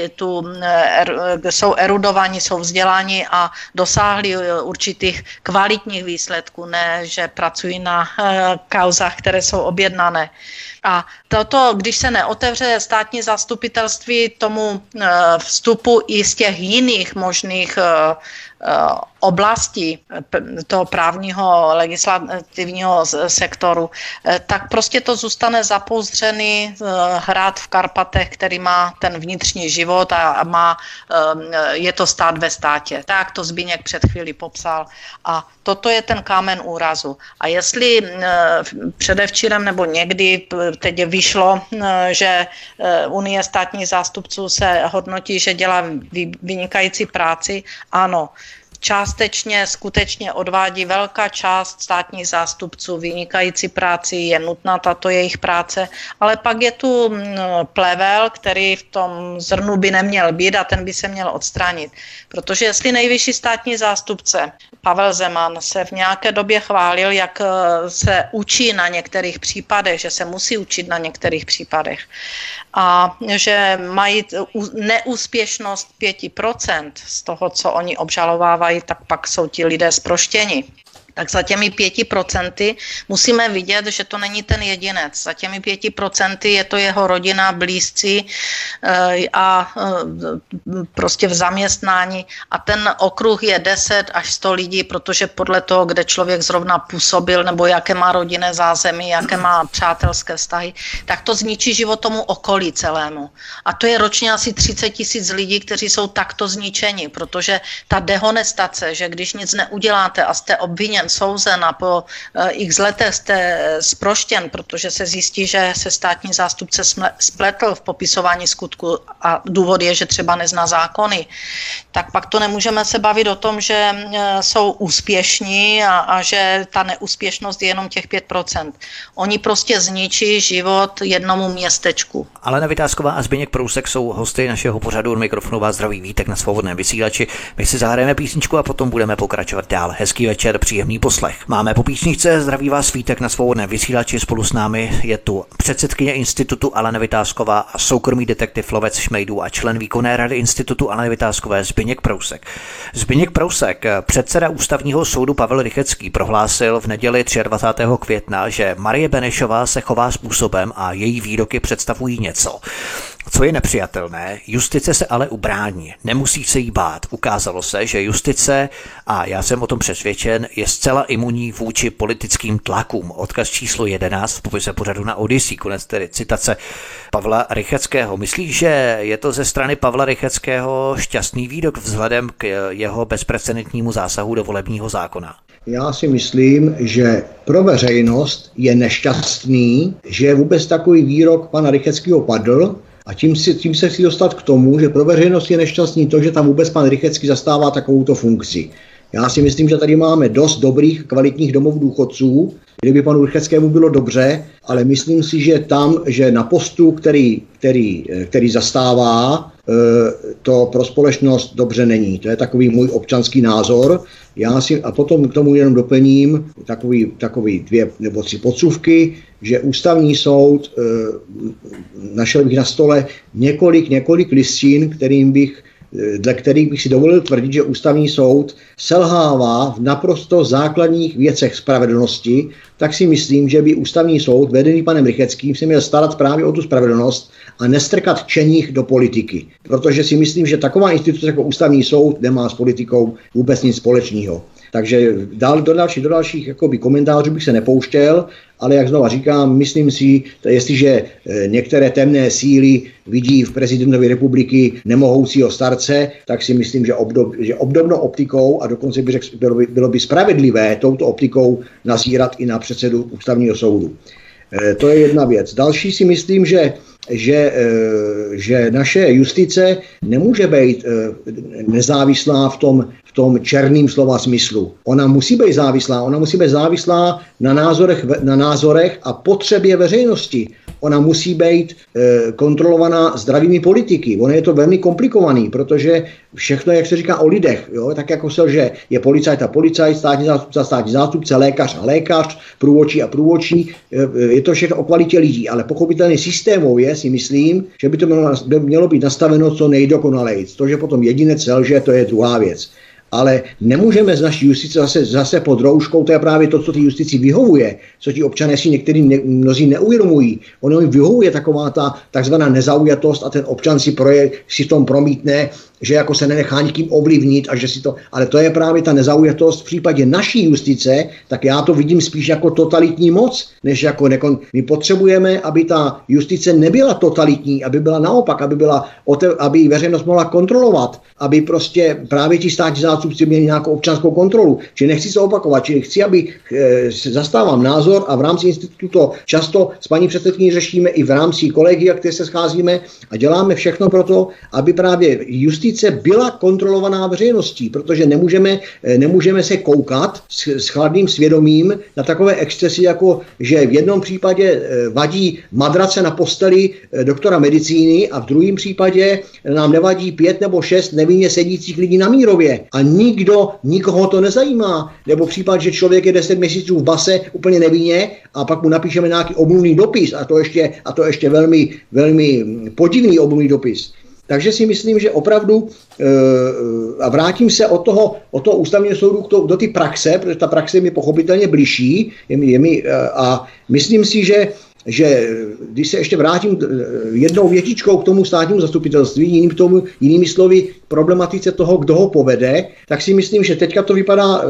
[SPEAKER 2] jsou erudovaní, jsou vzděláni a dosáhli určitých kvalitních výsledků, ne, že pracují na kauzách, které jsou objednané. A toto, když se neotevře státní zastupitelství tomu vstupu i z těch jiných možných oblastí toho právního legislativního sektoru, tak prostě to zůstane zapouzdřený hrad v Karpatech, který má ten vnitřní život a je to stát ve státě. Tak to Zbyněk před chvílí popsal. A toto je ten kámen úrazu. A jestli předevčírem nebo někdy teď vyšlo, že Unie státních zástupců se hodnotí, že dělá vynikající práci, ano, částečně skutečně odvádí velká část státních zástupců vynikající práci, je nutná tato jejich práce, ale pak je tu plevel, který v tom zrnu by neměl být a ten by se měl odstranit. Protože jestli nejvyšší státní zástupce Pavel Zeman se v nějaké době chválil, jak se učí na některých případech, že se musí učit na některých případech a že mají neúspěšnost 5% z toho, co oni obžalovávají, tak pak jsou ti lidé zproštěni. Tak za těmi 5% musíme vidět, že to není ten jedinec. Za těmi 5% je to jeho rodina, blízcí a prostě v zaměstnání. A ten okruh je 10 až 100 lidí, protože podle toho, kde člověk zrovna působil, nebo jaké má rodinné zázemí, jaké má přátelské vztahy, tak to zničí život tomu okolí celému. A to je ročně asi 30 000 lidí, kteří jsou takto zničeni, protože ta dehonestace, že když nic neuděláte a jste obviněn, souzen a po x letech jste zproštěn, protože se zjistí, že se státní zástupce spletl v popisování skutku a důvod je, že třeba nezná zákony, tak pak to nemůžeme se bavit o tom, že jsou úspěšní a že ta neúspěšnost je jenom těch 5%. Oni prostě zničí život jednomu městečku.
[SPEAKER 1] Alena Vitásková a Zbyněk Prousek jsou hosty našeho pořadu. Od mikrofonu vás zdraví Vítek na Svobodném vysílači. My si zahrajeme písničku a potom budeme pokračovat dál. Hezký večer, příjemný poslech. Máme po písničce, zdraví vás Vítek na Svobodném vysílači. Spolu s námi je tu předsedkyně institutu Alena Vitásková a soukromý detektiv lovec šmejdů a člen výkonné rady institutu Aleny Vitáskové Zbyněk Prousek. Zbyněk Prousek, předseda Ústavního soudu Pavel Rychecký, prohlásil v neděli 23. května, že Marie Benešová se chová způsobem a její výroky představují něco, co je nepřijatelné. Justice se ale ubrání, nemusí se jí bát. Ukázalo se, že justice, a já jsem o tom přesvědčen, je zcela imunní vůči politickým tlakům. Odkaz číslo 11 v popise pořadu na Odyssey, konec tedy citace Pavla Rycheckého. Myslíš, že je to ze strany Pavla Rycheckého šťastný výrok vzhledem k jeho bezprecedentnímu zásahu do volebního zákona?
[SPEAKER 3] Já si myslím, že pro veřejnost je nešťastný, že vůbec takový výrok pana Rychetského padl, a tím se chci dostat k tomu, že pro veřejnost je nešťastný to, že tam vůbec pan Rychetský zastává takovouto funkci. Já si myslím, že tady máme dost dobrých, kvalitních domov důchodců, kdyby panu Rychetkému bylo dobře, ale myslím si, že tam, že na postu, který zastává, to pro společnost dobře není. To je takový můj občanský názor. A potom k tomu jenom doplním takový 2 nebo 3 podsuvky, že ústavní soud, našel bych na stole několik listin, dle kterých bych si dovolil tvrdit, že ústavní soud selhává v naprosto základních věcech spravedlnosti, tak si myslím, že by ústavní soud, vedený panem Rychetským, se měl starat právě o tu spravedlnost a nestrkat čeních do politiky. Protože si myslím, že taková instituce jako ústavní soud nemá s politikou vůbec nic společného. Takže do dalších komentářů bych se nepouštěl, ale jak znova říkám, myslím si, jestliže některé temné síly vidí v prezidentovi republiky nemohoucího starce, tak si myslím, že obdobnou optikou, a dokonce bych řekl, bylo by spravedlivé touto optikou nazírat i na předsedu ústavního soudu. To je jedna věc. Další si myslím, že naše justice nemůže být nezávislá v tom černým slova smyslu. Ona musí být závislá na názorech a potřebě veřejnosti. Ona musí být kontrolovaná zdravými politiky. Ono je to velmi komplikovaný, protože všechno, jak se říká o lidech, jo, tak jako že je policajt a policajt, státní zástupce, lékař a lékař, průvodčí a průvodčí, je to všechno o kvalitě lidí, ale pochopitelně systémově si myslím, že by to mělo být nastaveno co nejdokonalejc. To, že potom jedinec selže, to je druhá věc. Ale nemůžeme z naší justice zase pod rouškou, to je právě to, co ty justici vyhovuje, co ti občané si mnozí neuvědomují. Ono jim vyhovuje taková ta takzvaná nezaujatost a ten občan si v tom promítne, že jako se nenechá nikým ovlivnit a že si to, ale to je právě ta nezaujatost v případě naší justice, tak já to vidím spíš jako totalitní moc, než jako my potřebujeme, aby ta justice nebyla totalitní, aby byla naopak, aby ji veřejnost mohla kontrolovat, aby prostě právě ti státní zástupci měli nějakou občanskou kontrolu. Čili nechci se opakovat, čili chci, aby zastávám názor a v rámci institutu to často s paní předsedkyní řešíme i v rámci kolegia, kde se scházíme a děláme všechno pro to, aby právě justice byla kontrolovaná veřejností, protože nemůžeme se koukat s chladným svědomím na takové excesy, jako že v jednom případě vadí madrace na posteli doktora medicíny a v druhém případě nám nevadí 5 nebo 6 nevinně sedících lidí na Mírově. A nikoho to nezajímá. Nebo případ, že člověk je 10 měsíců v base úplně nevinně a pak mu napíšeme nějaký omluvný dopis a to ještě velmi, velmi podivný omluvný dopis. Takže si myslím, že opravdu, a vrátím se od toho ústavního soudu do té praxe, protože ta praxe mi pochopitelně bližší, a myslím si, že když se ještě vrátím jednou větičkou k tomu státnímu zastupitelství, jinými slovy problematice toho, kdo ho povede, tak si myslím, že teďka to vypadá,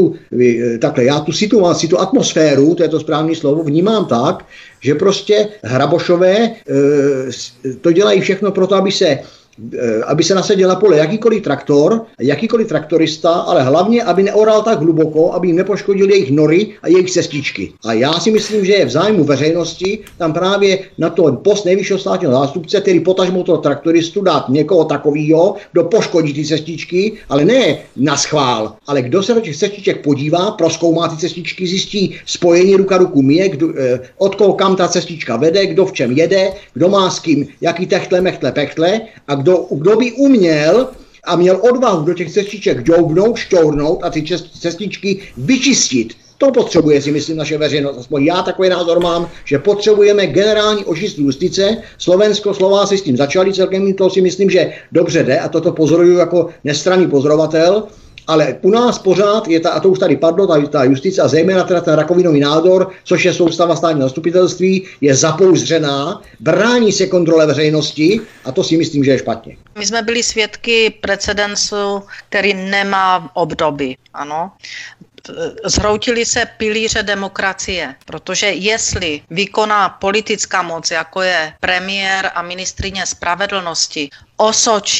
[SPEAKER 3] já tu situaci, tu atmosféru, to je to správné slovo, vnímám tak, že prostě hrabošové to dělají všechno pro to, aby se nasadil na pole jakýkoliv traktor, jakýkoliv traktorista, ale hlavně, aby neoral tak hluboko, aby jim nepoškodil jejich nory a jejich cestičky. A já si myslím, že je v zájmu veřejnosti tam právě na to post nejvyššího státního zástupce, který potažmo toho traktoristu dát někoho takového, kdo poškodí ty cestičky, ale ne na schvál, ale kdo se do těch cestiček podívá, prozkoumá ty cestičky, zjistí spojení ruka ruku myje, od koho kam ta cestička vede, kdo v čem jede, kdo má s kým, jaký techtle, mechtle, pechtle a kdo by uměl a měl odvahu do těch cestiček džoubnout, šťournout a ty cestičky vyčistit. To potřebuje, si myslím, naše veřejnost. Aspoň já takový názor mám, že potřebujeme generální očistku justice. Slováci s tím začali celkem, to si myslím, že dobře jde a toto pozoruju jako nestranný pozorovatel. Ale u nás pořád je a to už tady padlo, ta justice a zejména teda ten rakovinový nádor, což je soustava státního zastupitelství, je zapouzdřená, brání se kontrole veřejnosti a to si myslím, že je špatně.
[SPEAKER 2] My jsme byli svědky precedensu, který nemá obdoby, ano. Zhroutily se pilíře demokracie, protože jestli vykoná politická moc, jako je premiér a ministryně spravedlnosti, osočí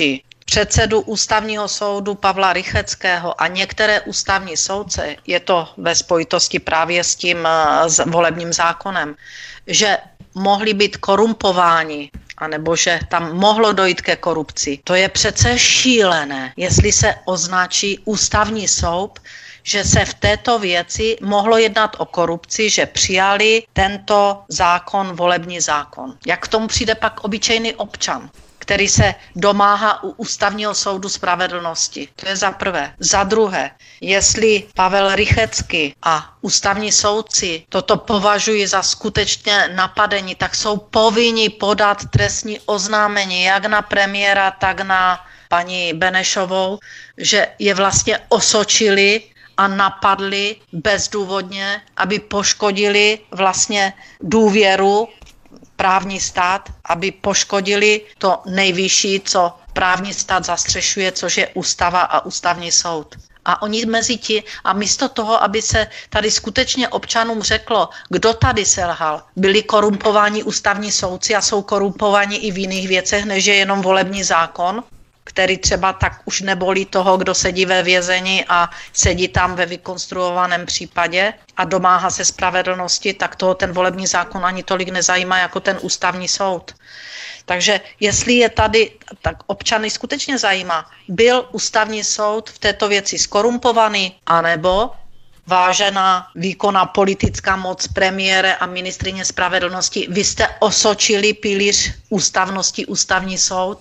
[SPEAKER 2] předsedu ústavního soudu Pavla Rycheckého a některé ústavní soudce, je to ve spojitosti právě s tím volebním zákonem, že mohli být korumpováni, anebo že tam mohlo dojít ke korupci. To je přece šílené, jestli se označí ústavní soud, že se v této věci mohlo jednat o korupci, že přijali tento zákon, volební zákon. Jak k tomu přijde pak obyčejný občan, který se domáhá u ústavního soudu spravedlnosti? To je za prvé. Za druhé, jestli Pavel Rychecký a ústavní soudci toto považují za skutečně napadení, tak jsou povinni podat trestní oznámení jak na premiéra, tak na paní Benešovou, že je vlastně osočili a napadli bezdůvodně, aby poškodili vlastně důvěru právní stát, aby poškodili to nejvyšší, co právní stát zastřešuje, což je ústava a ústavní soud. A oni a místo toho, aby se tady skutečně občanům řeklo, kdo tady selhal, byli korumpováni ústavní soudci a jsou korumpováni i v jiných věcech, než je jenom volební zákon, který třeba tak už nebolí toho, kdo sedí ve vězení a sedí tam ve vykonstruovaném případě a domáhá se spravedlnosti, tak toho ten volební zákon ani tolik nezajímá jako ten ústavní soud. Takže jestli je tady, tak občany skutečně zajímá, byl ústavní soud v této věci skorumpovaný, anebo vážená výkonná politická moc premiére a ministryně spravedlnosti, vy jste osočili pilíř ústavnosti, ústavní soud,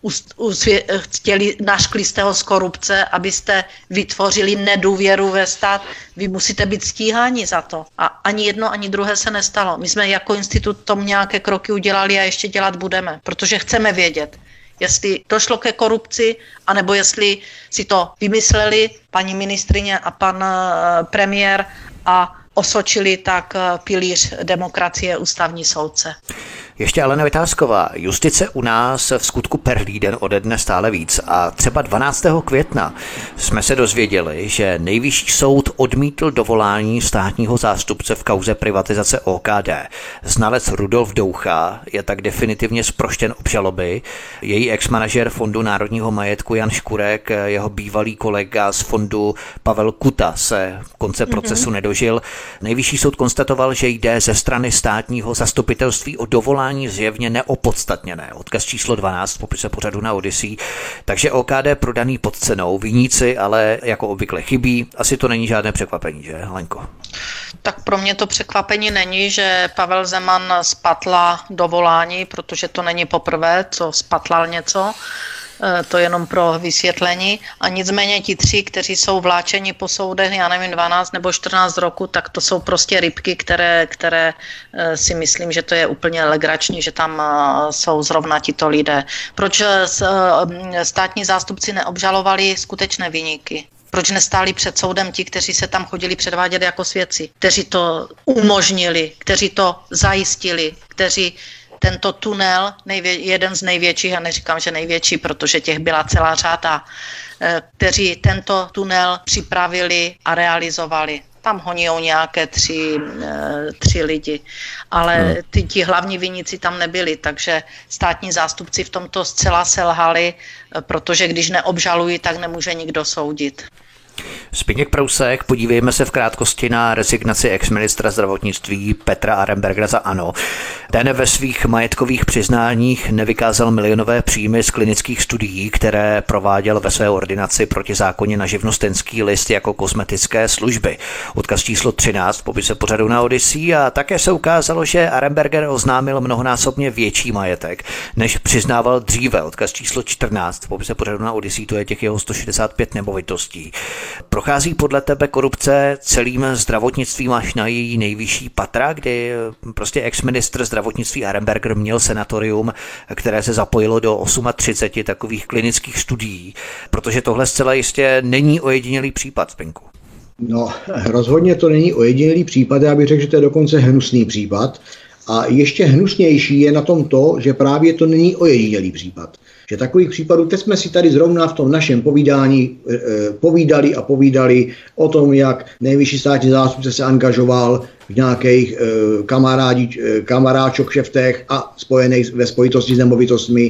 [SPEAKER 2] naškli jste ho z korupce, abyste vytvořili nedůvěru ve stát, vy musíte být stíháni za to. A ani jedno, ani druhé se nestalo. My jsme jako institut tomu nějaké kroky udělali a ještě dělat budeme, protože chceme vědět, jestli došlo ke korupci, anebo jestli si to vymysleli paní ministryně a pan premiér a osočili tak pilíř demokracie ústavní soudce.
[SPEAKER 1] Ještě Alena Vytázková. Justice u nás v skutku perlí den ode dne stále víc a třeba 12. května jsme se dozvěděli, že Nejvyšší soud odmítl dovolání státního zástupce v kauze privatizace OKD. Znalec Rudolf Doucha je tak definitivně zproštěn obžaloby. Její ex-manažer Fondu národního majetku Jan Škurek, jeho bývalý kolega z fondu Pavel Kuta se konce procesu nedožil. Nejvyšší soud konstatoval, že jde ze strany státního zastupitelství o dovolání zjevně neopodstatněné. Odkaz číslo 12 v popise pořadu na Odyssey. Takže OKD prodaný pod cenou, viníci ale jako obvykle chybí. Asi to není žádné překvapení, že, Lenko?
[SPEAKER 2] Tak pro mě to překvapení není, že Pavel Zeman spatla dovolání, protože to není poprvé, co spatlal něco. To jenom pro vysvětlení. A nicméně ti tři, kteří jsou vláčeni po soudech, já nevím, 12 nebo 14 roku, tak to jsou prostě rybky, které si myslím, že to je úplně legrační, že tam jsou zrovna tito lidé. Proč státní zástupci neobžalovali skutečné viníky? Proč nestáli před soudem ti, kteří se tam chodili předvádět jako svědci, kteří to umožnili, kteří to zajistili, kteří tento tunel, jeden z největších, a neříkám, že největší, protože těch byla celá řada, kteří tento tunel připravili a realizovali. Tam honí nějaké tři lidi, ale ti hlavní viníci tam nebyli, takže státní zástupci v tomto zcela selhali, protože když neobžalují, tak nemůže nikdo soudit.
[SPEAKER 1] Zbyněk Prousek, podívejme se v krátkosti na rezignaci ex-ministra zdravotnictví Petra Arenbergera za ANO. Ten ve svých majetkových přiznáních nevykázal milionové příjmy z klinických studií, které prováděl ve své ordinaci protizákonně na živnostenský list jako kosmetické služby. Odkaz číslo 13 v popise pořadu na Odyssey a také se ukázalo, že Arenberger oznámil mnohonásobně větší majetek, než přiznával dříve. Odkaz číslo 14 v popise pořadu na Odyssey, to je těch jeho 165 nemovitostí. Prochází podle tebe korupce celým zdravotnictvím až na její nejvyšší patra, kdy prostě ex-ministr zdravotnictví Arenberger měl sanatorium, které se zapojilo do 38 takových klinických studií, protože tohle zcela jistě není ojedinělý případ, Zbyňku.
[SPEAKER 3] No, rozhodně to není ojedinělý případ, já bych řekl, že to je dokonce hnusný případ. A ještě hnusnější je na tom to, že právě to není ojedinělý případ. Že takových případů, teď jsme si tady zrovna v tom našem povídání povídali o tom, jak nejvyšší státní zástupce se angažoval v nějakých kamaráčok kšeftech a spojených ve spojitosti s nemovitostmi.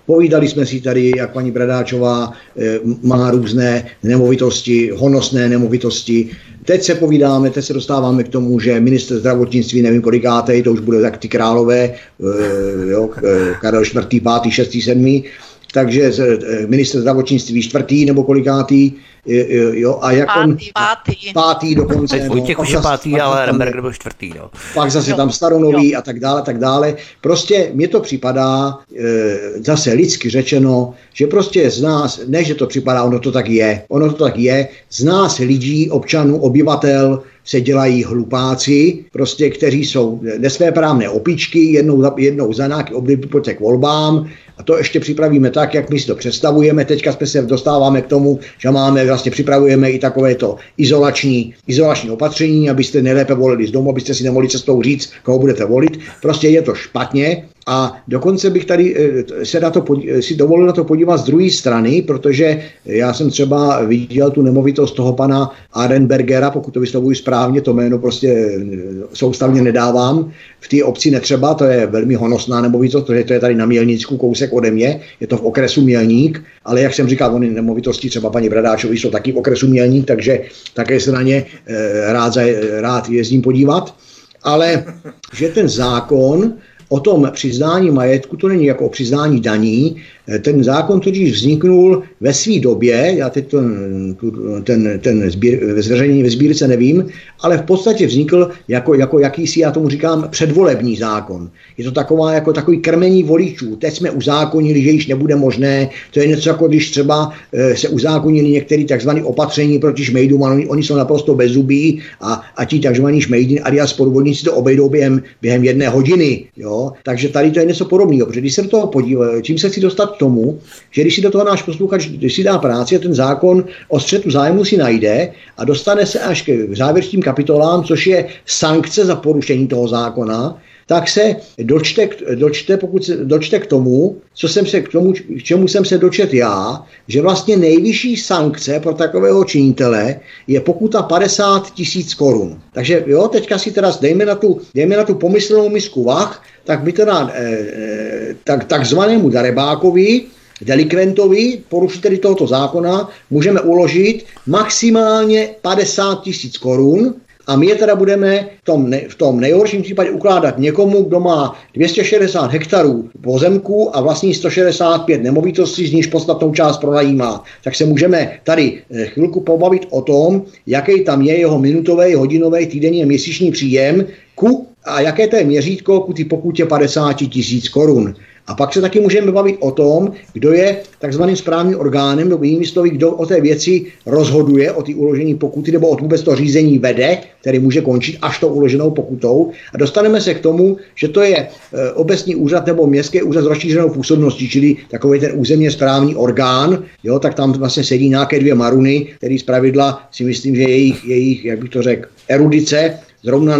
[SPEAKER 3] Povídali jsme si tady, jak paní Bradáčová má různé nemovitosti, honosné nemovitosti. Teď se dostáváme k tomu, že ministr zdravotnictví, nevím kolikátej, to už bude tak ty králové, Karel IV., 5., 6., 7., takže ministr zdravotnictví 4. nebo kolikátý, a jak pátý dokonce.
[SPEAKER 1] Vojtěch už je 5., ale Remberger byl 4. No.
[SPEAKER 3] Pak zase tam Staronový a tak dále. Prostě mně to připadá, zase lidsky řečeno, že prostě z nás, ne, že to připadá, ono to tak je, z nás lidí, občanů, obyvatel se dělají hlupáci, prostě, kteří jsou nesvéprávné opičky, jednou za nějaký období pojďte k volbám, a to ještě připravíme tak, jak my si to představujeme. Teďka jsme se dostáváme k tomu, že připravujeme i takovéto izolační opatření, abyste nejlépe volili z domu, abyste si nemohli cestou říct, koho budete volit. Prostě je to špatně. A dokonce bych tady si dovolil na to podívat z druhé strany, protože já jsem třeba viděl tu nemovitost toho pana Arenbergera, pokud to vyslovuji správně, to jméno prostě soustavně nedávám, v té obci Netřeba, to je velmi honosná nemovitost, protože to je tady na Mělnicku, kousek ode mě, je to v okresu Mělník, ale jak jsem říkal, ony nemovitosti třeba paní Bradáčové jsou taky v okresu Mělník, takže také se na ně rád jezdím podívat, ale že ten zákon o tom přiznání majetku, to není jako o přiznání daní, ten zákon totiž vzniknul ve své době, já teď zveřejnění ve sbírce nevím, ale v podstatě vznikl jako jakýsi, já tomu říkám, předvolební zákon. Je to takový krmení voličů. Teď jsme uzákonili, že již nebude možné, to je něco jako když třeba se uzákonili některé takzvané opatření proti šmejdům, oni jsou naprosto bezzubí a ti takzvaní šmejdi alias podvodníci to obejdou během 1 hodiny. Jo? Takže tady to je něco podobného, protože když se do toho podívám, čím se chci dostat tomu, že když si do toho náš posluchač, když si dá práci a ten zákon o střetu zájmu si najde a dostane se až k závěrečným kapitolám, což je sankce za porušení toho zákona, tak se dočte k tomu, k čemu jsem se dočet já, že vlastně nejvyšší sankce pro takového činitele je pokuta 50 000 korun. Takže jo, teďka si teda dejme na tu pomyslnou misku vah, tak by teda takzvanému darebákovi, delikventovi, porušiteli tohoto zákona, můžeme maximálně 50 000 korun, a my je teda budeme v tom nejhorším případě ukládat někomu, kdo má 260 hektarů pozemku a vlastní 165 nemovitostí, z níž podstatnou část pronajímá. Tak se můžeme tady chvilku pobavit o tom, jaký tam je jeho minutový, hodinový, týdenní a měsíční příjem a jaké to je měřítko ku ty pokutě 50 000 korun. A pak se taky můžeme bavit o tom, kdo je takzvaným správním orgánem, nebo jinými slovy, kdo o té věci rozhoduje, o ty uložení pokuty, nebo o vůbec to řízení vede, který může končit až tou uloženou pokutou. A dostaneme se k tomu, že to je obecní úřad nebo městský úřad s rozšířenou působností, čili takový ten územně správní orgán, jo, tak tam vlastně sedí nějaké 2 maruny, který zpravidla si myslím, že jejich, jak bych to řekl, erudice zrovna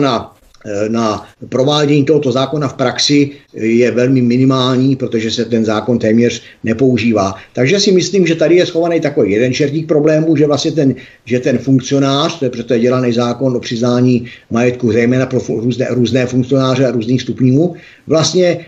[SPEAKER 3] na provádění tohoto zákona v praxi je velmi minimální, protože se ten zákon téměř nepoužívá. Takže si myslím, že tady je schovaný takový jeden čertík problémů, že vlastně ten funkcionář, to je dělaný zákon o přiznání majetku zejména pro různé funkcionáře a různých stupňů, vlastně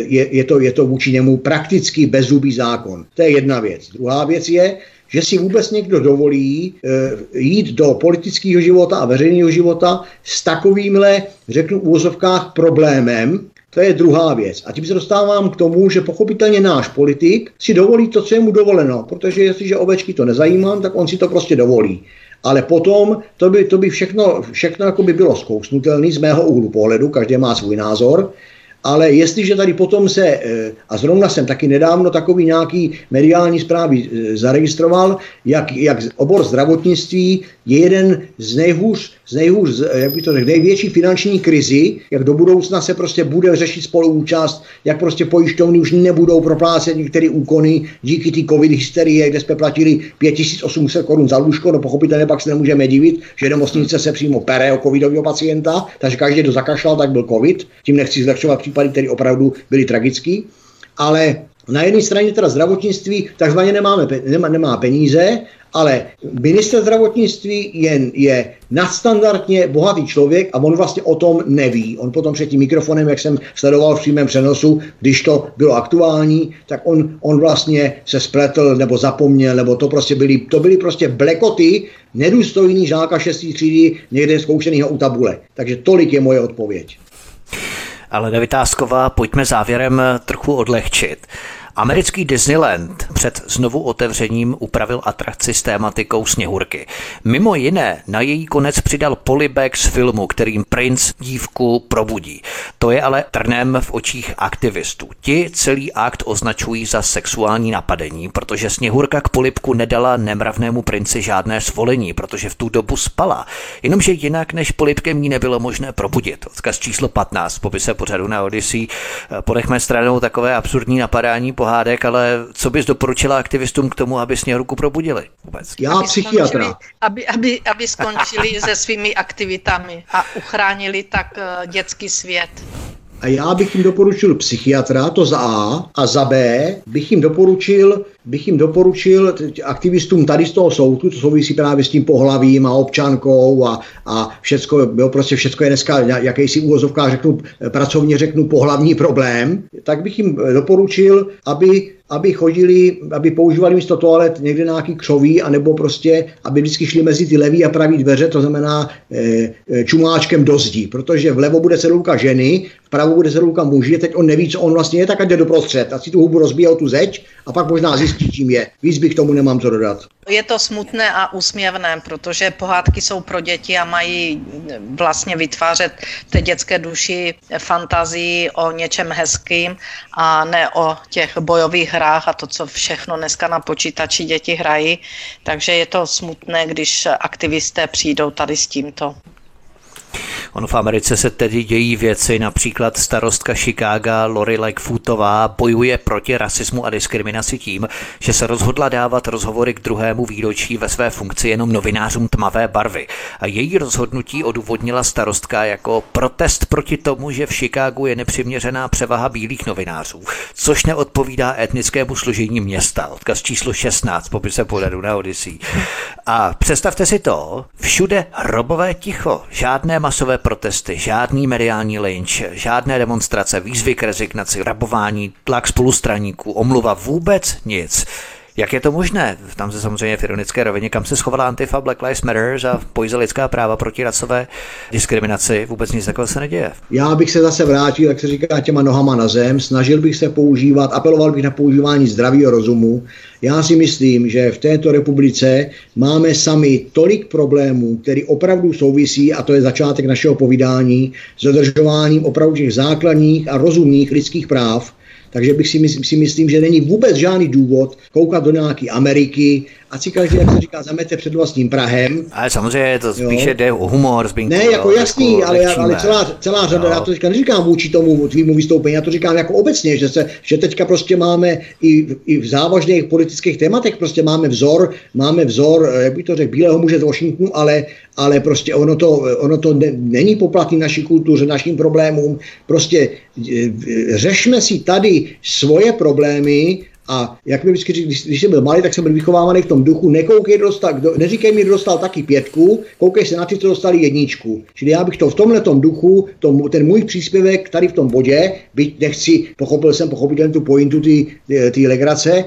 [SPEAKER 3] je to vůči němu prakticky bezzubý zákon. To je jedna věc. Druhá věc je, že si vůbec někdo dovolí jít do politického života a veřejného života s takovýmhle, řeknu v úvozovkách, problémem. To je druhá věc. A tím se dostávám k tomu, že pochopitelně náš politik si dovolí to, co je mu dovoleno, protože jestliže ovečky to nezajímá, tak on si to prostě dovolí. Ale potom to by všechno jako by bylo zkousnutelné z mého úhlu pohledu, každý má svůj názor. Ale jestliže tady potom a zrovna jsem taky nedávno takový nějaký mediální zprávy zaregistroval, jak obor zdravotnictví je jeden z největší finanční krizi, jak do budoucna se prostě bude řešit spoluúčast, jak prostě pojišťovny už nebudou proplácet některé úkony díky té covid hysterie, kde jsme platili 5800 korun za lůžko, no pochopitelně pak se nemůžeme divit, že nemocnice se přímo pere o covidového pacienta, takže každý, kdo zakašlal, tak byl covid, tím nechci zlehčovat případy, které opravdu byly tragický, ale Na jedné straně teda zdravotnictví takzvaně nemá peníze, ale ministr zdravotnictví je nadstandardně bohatý člověk a on vlastně o tom neví. On potom před tím mikrofonem, jak jsem sledoval v přímém přenosu, když to bylo aktuální, tak on vlastně se spletl nebo zapomněl, nebo to byly prostě blekoty nedůstojný žáka 6. třídy někde zkoušenýho u tabule. Takže tolik je moje odpověď.
[SPEAKER 1] Ale Vytázková, pojďme závěrem trochu odlehčit. Americký Disneyland před znovu otevřením upravil atrakci s tématikou Sněhurky. Mimo jiné na její konec přidal polibek z filmu, kterým princ dívku probudí. To je ale trnem v očích aktivistů. Ti celý akt označují za sexuální napadení, protože Sněhurka k polibku nedala nemravnému princi žádné svolení, protože v tu dobu spala. Jenomže jinak než polibkem jí nebylo možné probudit. Odkaz číslo 15 v popise pořadu na Odyssey. Ponechme stranou takové absurdní napadání pohádek, ale co bys doporučila aktivistům k tomu, aby Sněhurku probudili vůbec?
[SPEAKER 3] Já psychiatra.
[SPEAKER 2] Aby skončili se svými aktivitami a uchránili tak dětský svět.
[SPEAKER 3] A já bych jim doporučil psychiatra, to za A za B bych jim doporučil aktivistům tady z toho soudu, to souvisí právě s tím pohlavím a občankou a všecko, prostě všecko je dneska jakýsi uvozovkách pracovně řeknu pohlavní problém, tak bych jim doporučil, aby používali místo toalet někde nějaký křoví, anebo prostě, aby vždycky šli mezi ty levý a pravý dveře, to znamená čumáčkem do zdi, protože vlevo bude cedulka ženy, vpravo bude cedulka muži, teď on neví, co on vlastně je, tak ať jde doprostřed, ať si tu hubu rozbije o tu zeď a pak možná zjistí, čím je. Víc bych tomu nemám co dodat.
[SPEAKER 2] Je to smutné a úsměvné, protože pohádky jsou pro děti a mají vlastně vytvářet v té dětské duši fantazii o něčem hezkým a ne o těch bojových hrách a to, co všechno dneska na počítači děti hrají. Takže je to smutné, když aktivisté přijdou tady s tímto.
[SPEAKER 1] Ono v Americe se tedy dějí věci, například starostka Chicaga Lori Lightfootová bojuje proti rasismu a diskriminaci tím, že se rozhodla dávat rozhovory k 2. výročí ve své funkci jenom novinářům tmavé barvy. A její rozhodnutí odůvodnila starostka jako protest proti tomu, že v Chicagu je nepřiměřená převaha bílých novinářů, což neodpovídá etnickému složení města. Odkaz číslo 16 v popise pořadu na Odyssey. A představte si to, všude hrobové ticho, žádné masové protesty, žádný mediální lynč, žádné demonstrace, výzvy k rezignaci, rabování, tlak spolustraníků, omluva, vůbec nic. Jak je to možné? Tam se samozřejmě v ironické rovině, kam se schovala Antifa, Black Lives Matter a boj za lidská práva proti rasové diskriminaci, vůbec nic takového se neděje.
[SPEAKER 3] Já bych se zase vrátil, jak se říká, těma nohama na zem, snažil bych se apeloval bych na používání zdravého rozumu. Já si myslím, že v této republice máme sami tolik problémů, který opravdu souvisí, a to je začátek našeho povídání, s dodržováním opravdu těch základních a rozumných lidských práv. Takže bych si myslím, že není vůbec žádný důvod koukat do nějaké Ameriky, ať si každý, jak se říká, zamete před vlastním prahem.
[SPEAKER 1] Ale samozřejmě to spíše jde o humor. Zbinku,
[SPEAKER 3] ne, jako jasný, ale celá řada, já to neříkám vůči tomu tvýmu vystoupení, já to říkám jako obecně, že teďka prostě máme i v závažných politických tématech prostě máme vzor, jak bych to řekl, bílého muže z Washingtonu, ale prostě ono to není poplatný naší kultuře, našim problémům. Prostě řešme si tady svoje problémy. A jak mi vždycky říct, když jsem byl malý, tak jsem byl vychovávaný v tom duchu, neříkej mi, kdo dostal taky 5, koukej se na ty, co dostali 1. Čili já bych to v tomhletom duchu, ten můj příspěvek tady v tom bodě, byť nechci, pochopil jsem tu pointu ty legrace,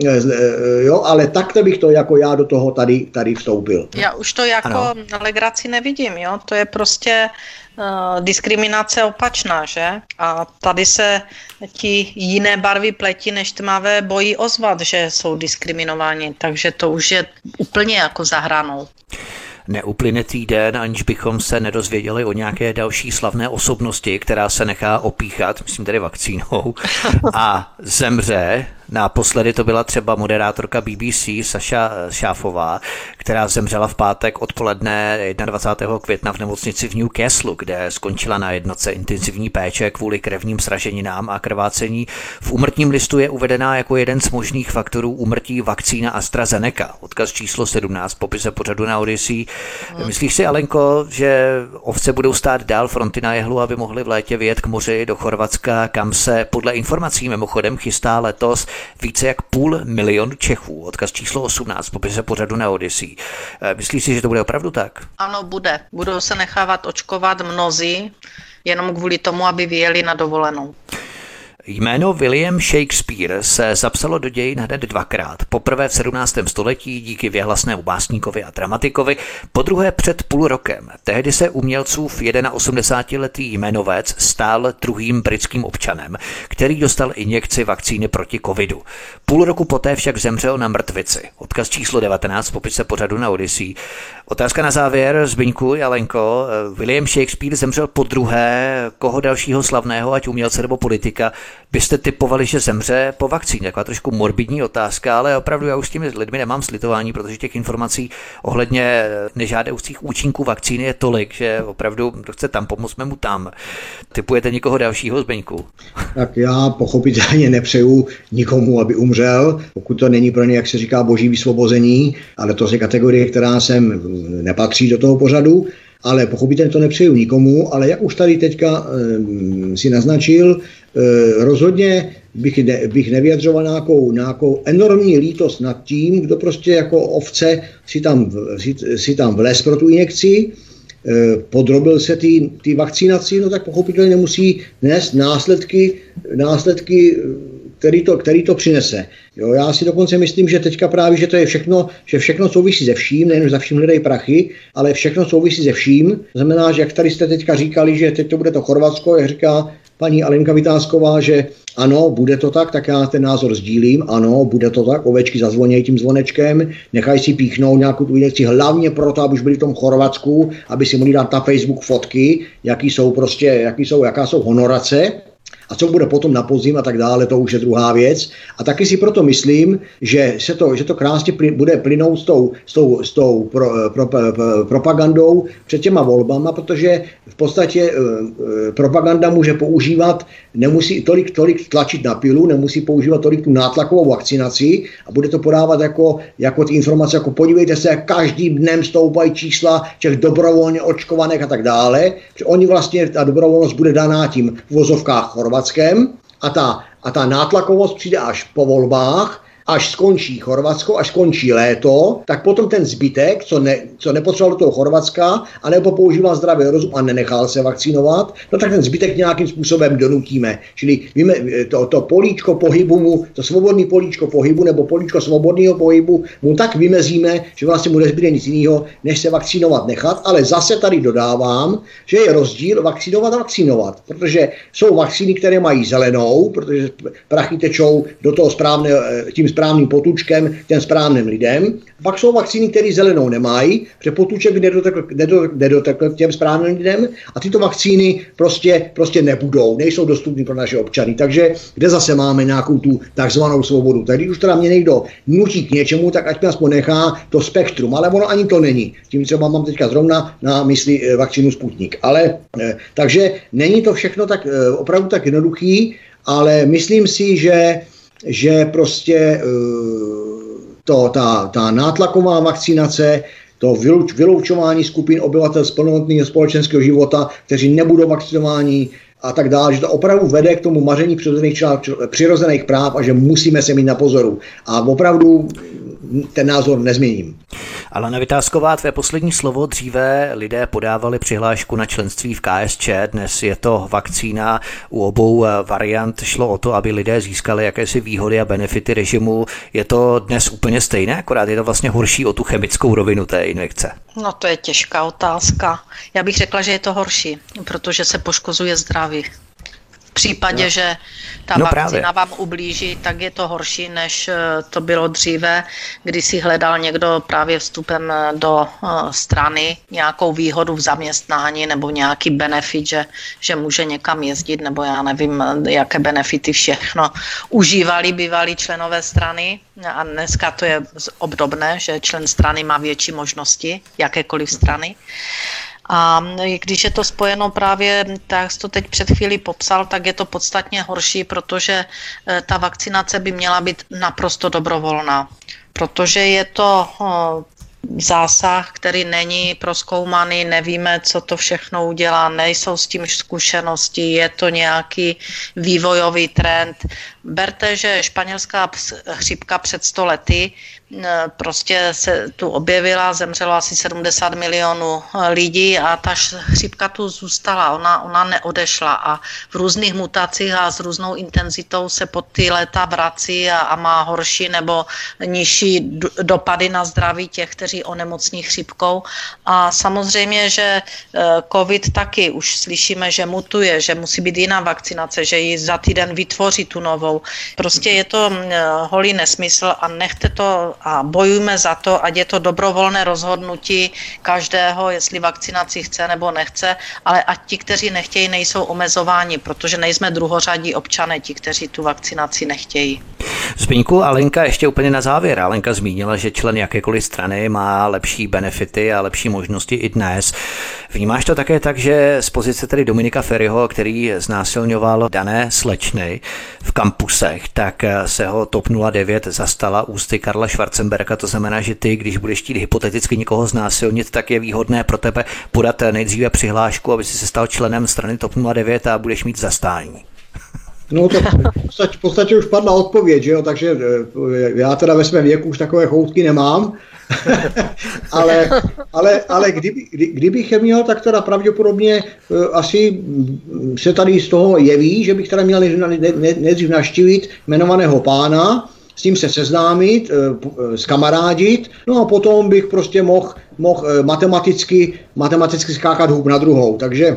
[SPEAKER 3] jo, ale takto bych to jako já do toho tady vstoupil.
[SPEAKER 2] Já už to jako legraci nevidím, jo, to je prostě diskriminace opačná, že? A tady se ti jiné barvy pleti než tmavé bojí ozvat, že jsou diskriminováni, takže to už je úplně jako za hranou.
[SPEAKER 1] Neuplyne týden, aniž bychom se nedozvěděli o nějaké další slavné osobnosti, která se nechá opíchat, myslím tedy vakcínou, a zemře Naposledy to byla třeba moderátorka BBC Saša Šáfová, která zemřela v pátek odpoledne 21. května v nemocnici v Newcastle, kde skončila na jednotce intenzivní péče kvůli krevním sraženinám a krvácení. V úmrtním listu je uvedená jako jeden z možných faktorů úmrtí vakcína AstraZeneca. Odkaz číslo 17 v popise pořadu na Odyssey. Myslíš si, Alenko, že ovce budou stát dál fronty na jehlu, aby mohli v létě vyjet k moři do Chorvatska, kam se podle informací mimochodem chystá letos více jak 500 000 Čechů? Odkaz číslo 18 v popise pořadu na Odyssey. Myslíš si, že to bude opravdu tak?
[SPEAKER 2] Ano, bude. Budou se nechávat očkovat mnozí, jenom kvůli tomu, aby vyjeli na dovolenou.
[SPEAKER 1] Jméno William Shakespeare se zapsalo do dějin hned dvakrát. Poprvé v 17. století díky věhlasnému básníkovi a dramatikovi, podruhé před půl rokem. Tehdy se umělcův 81letý jmenovec stal druhým britským občanem, který dostal injekci vakcíny proti covidu. Půl roku poté však zemřel na mrtvici. Odkaz číslo 19 v popise pořadu na Odyssey. Otázka na závěr, Zbyňku, Jalenko. William Shakespeare zemřel podruhé. Koho dalšího slavného, ať umělce nebo politika, byste typovali, že zemře po vakcíně? Taková trošku morbidní otázka, ale opravdu já už s těmi lidmi nemám slitování, protože těch informací ohledně nežádoucích účinků vakcíny je tolik, že opravdu kdo chce tam pomoct, mu tam. Typujete někoho dalšího, Zbyňku? Tak
[SPEAKER 3] já pochopitelně nepřeju nikomu, aby umřel, pokud to není pro ně, jak se říká, boží vysvobození, ale to je kategorie, která sem nepatří do toho pořadu. Ale pochopitelně to nepřeju nikomu, ale jak už tady teďka si naznačil, rozhodně bych nevyjadřoval nějakou enormní lítost nad tím, kdo prostě jako ovce si tam vlez pro tu injekci, podrobil se ty vakcinaci, no tak pochopitelně nemusí nést následky, který to přinese. Jo, já si dokonce myslím, že teďka právě, že to je všechno, že všechno souvisí se vším, nejen za vším hledají prachy, ale všechno souvisí se vším. To znamená, že jak tady jste teďka říkali, že teď to bude to Chorvatsko, jak říká paní Alenka Vitásková, že ano, bude to tak já ten názor sdílím, ano, bude to tak, ovečky zazvonějí tím zvonečkem, nechají si píchnout nějakou tu injekci, hlavně proto, aby už byli v tom Chorvatsku, aby si mohli dát na Facebook fotky, jaká jsou honorace. A co bude potom na podzim a tak dále, to už je druhá věc. A taky si proto myslím, že to krásně bude plynout s tou propagandou před těma volbama, protože v podstatě propaganda může používat, nemusí tolik tlačit na pilu, nemusí používat tolik tu nátlakovou vakcinaci a bude to podávat jako ty informace, jako podívejte se, jak každým dnem stoupají čísla těch dobrovolně očkovaných a tak dále. Že oni vlastně, ta dobrovolnost bude daná tím v vozovkách Chorvatskem a ta nátlakovost přijde až po volbách, až skončí Chorvatsko, až skončí léto, tak potom ten zbytek, co nepotřeboval do toho Chorvatska, anebo používal zdravý rozum a nenechal se vakcinovat, no tak ten zbytek nějakým způsobem donutíme. Čili víme, to políčko pohybu to svobodný políčko pohybu nebo políčko svobodného pohybu mu tak vymezíme, že vlastně mu nezbyde nic jiného, než se vakcinovat nechat, ale zase tady dodávám, že je rozdíl vakcinovat a vakcinovat, protože jsou vakcíny, které mají zelenou, protože prachy tečou do toho tím správným potůčkem těm správným lidem. Pak jsou vakcíny, které zelenou nemají, protože potůček nedotekl těm správným lidem a tyto vakcíny prostě nebudou, nejsou dostupné pro naše občany. Takže kde zase máme nějakou tu takzvanou svobodu? Tak když už teda mě někdo nutí k něčemu, tak ať mi aspoň nechá to spektrum, ale ono ani to není. Tím třeba mám teďka zrovna na mysli vakcínu Sputnik. Ale takže není to všechno tak opravdu tak jednoduchý, ale myslím si, že prostě ta nátlaková vakcinace, to vyloučování skupin obyvatel z plnohodnotného společenského života, kteří nebudou vakcinováni a tak dále, že to opravdu vede k tomu maření přirozených práv a že musíme se mít na pozoru. A opravdu ten názor nezměním.
[SPEAKER 1] Alena Vitásková, tvé poslední slovo. Dříve lidé podávali přihlášku na členství v KSČ, dnes je to vakcína. U obou variant šlo o to, aby lidé získali jakési výhody a benefity režimu. Je to dnes úplně stejné, akorát je to vlastně horší o tu chemickou rovinu té injekce?
[SPEAKER 2] No to je těžká otázka. Já bych řekla, že je to horší, protože se poškozuje zdraví. V případě, že ta vakcína vám ublíží, tak je to horší, než to bylo dříve, kdy si hledal někdo právě vstupem do strany nějakou výhodu v zaměstnání nebo nějaký benefit, že může někam jezdit, nebo já nevím, jaké benefity všechno užívali bývalí členové strany. A dneska to je obdobné, že člen strany má větší možnosti, jakékoliv strany. A když je to spojeno právě, tak jsi to teď před chvílí popsal, tak je to podstatně horší, protože ta vakcinace by měla být naprosto dobrovolná. Protože je to zásah, který není prozkoumaný, nevíme, co to všechno udělá, nejsou s tím zkušenosti, je to nějaký vývojový trend. Berte, že španělská chřipka před 100 lety prostě se tu objevila, zemřelo asi 70 milionů lidí a ta chřipka tu zůstala, ona neodešla a v různých mutacích a s různou intenzitou se pod ty léta vrací a má horší nebo nižší dopady na zdraví těch, kteří onemocní chřipkou. A samozřejmě, že covid taky už slyšíme, že mutuje, že musí být jiná vakcinace, že ji za týden vytvoří tu novou. Prostě je to holý nesmysl a nechte to a bojujme za to, ať je to dobrovolné rozhodnutí každého, jestli vakcinaci chce nebo nechce, ale ať ti, kteří nechtějí, nejsou omezováni, protože nejsme druhořadí občané, ti, kteří tu vakcinaci nechtějí.
[SPEAKER 1] Zbyňku, Alenka ještě úplně na závěr. Alenka zmínila, že člen jakékoliv strany má lepší benefity a lepší možnosti i dnes. Vnímáš to také tak, že z pozice tedy Dominika Feriho, který znásilňoval dané slečny v kampusech, tak se ho TOP 09 zastala ústy Karla Schwarzenberga, to znamená, že ty, když budeš chtít hypoteticky někoho znásilnit, tak je výhodné pro tebe podat nejdříve přihlášku, aby si se stal členem strany TOP 09 a budeš mít zastání.
[SPEAKER 3] No to v podstatě už padla odpověď, že jo? Takže já teda ve svém věku už takové choutky nemám, ale kdybych je měl, tak teda pravděpodobně asi se tady z toho jeví, že bych teda měl nejdřív navštívit jmenovaného pána, s tím se seznámit, zkamarádit, no a potom bych prostě mohl matematicky skákat hůb na druhou,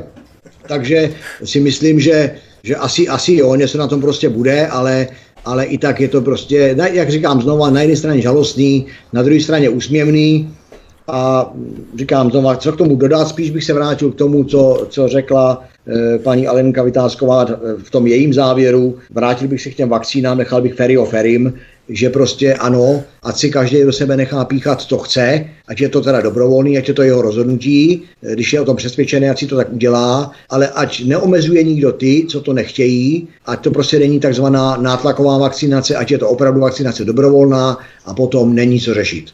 [SPEAKER 3] takže si myslím, že asi jo, něco na tom prostě bude, ale i tak je to prostě, jak říkám znova, na jedné straně žalostný, na druhé straně úsměvný a říkám znova, co k tomu dodat, spíš bych se vrátil k tomu, co řekla paní Alenka Vitásková v tom jejím závěru, vrátil bych se k těm vakcínám, nechal bych Feriho Ferim, že prostě ano, ať si každý do sebe nechá píchat, co chce, ať je to teda dobrovolný, ať je to jeho rozhodnutí, když je o tom přesvědčený, ať si to tak udělá, ale ať neomezuje nikdo ty, co to nechtějí, ať to prostě není takzvaná nátlaková vakcinace, ať je to opravdu vakcinace dobrovolná a potom není co řešit.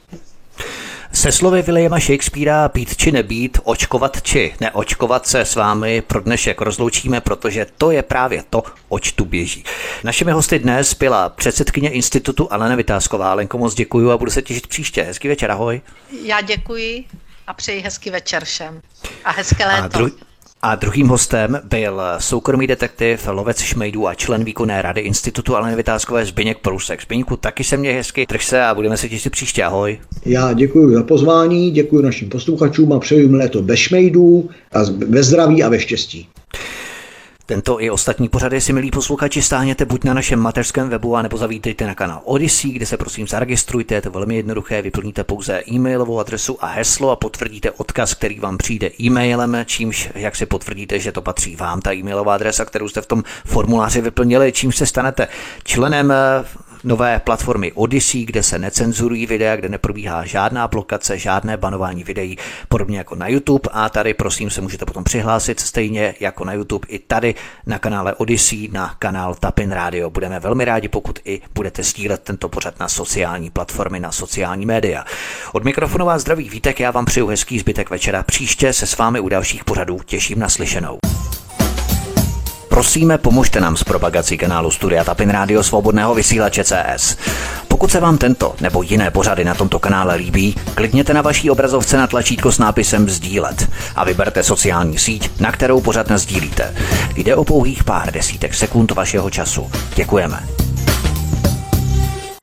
[SPEAKER 1] Se slovy Williama Shakespearea být či nebýt, očkovat či neočkovat se s vámi pro dnešek rozloučíme, protože to je právě to, oč tu běží. Našimi hosty dnes byla předsedkyně institutu Alena Vitásková. Alenko, moc děkuju a budu se těšit příště. Hezký večer, ahoj.
[SPEAKER 2] Já děkuji a přeji hezký večer všem a hezké léto.
[SPEAKER 1] A druhým hostem byl soukromý detektiv, lovec šmejdů a člen výkonné rady institutu Aleny Vitáskové Zbyněk Průsek. Zbyňku, taky se mě hezky, drž se a budeme se těšit příště, ahoj.
[SPEAKER 3] Já děkuji za pozvání, děkuji našim posluchačům a přeju jim léto bez šmejdů a ve zdraví a ve štěstí.
[SPEAKER 1] Tento i ostatní pořady si, milí posluchači, stáhněte buď na našem mateřském webu, anebo zavítejte na kanál Odyssey, kde se prosím zaregistrujte, je to velmi jednoduché, vyplníte pouze e-mailovou adresu a heslo a potvrdíte odkaz, který vám přijde e-mailem, čímž, jak si potvrdíte, že to patří vám, ta e-mailová adresa, kterou jste v tom formuláři vyplnili, čímž se stanete členem nové platformy Odyssey, kde se necenzurují videa, kde neprobíhá žádná blokace, žádné banování videí, podobně jako na YouTube. A tady prosím se můžete potom přihlásit stejně jako na YouTube i tady na kanále Odyssey, na kanál Tapin Radio. Budeme velmi rádi, pokud i budete sdílet tento pořad na sociální platformy, na sociální média. Od mikrofonu vás zdraví Vítek, já vám přeju hezký zbytek večera. Příště se s vámi u dalších pořadů těším na slyšenou. Prosíme, pomožte nám s propagací kanálu Studia Tapin Radio Svobodného vysílače CS. Pokud se vám tento nebo jiné pořady na tomto kanále líbí, klikněte na vaší obrazovce na tlačítko s nápisem sdílet a vyberte sociální síť, na kterou pořad nasdílíte. Jde o pouhých pár desítek sekund vašeho času. Děkujeme.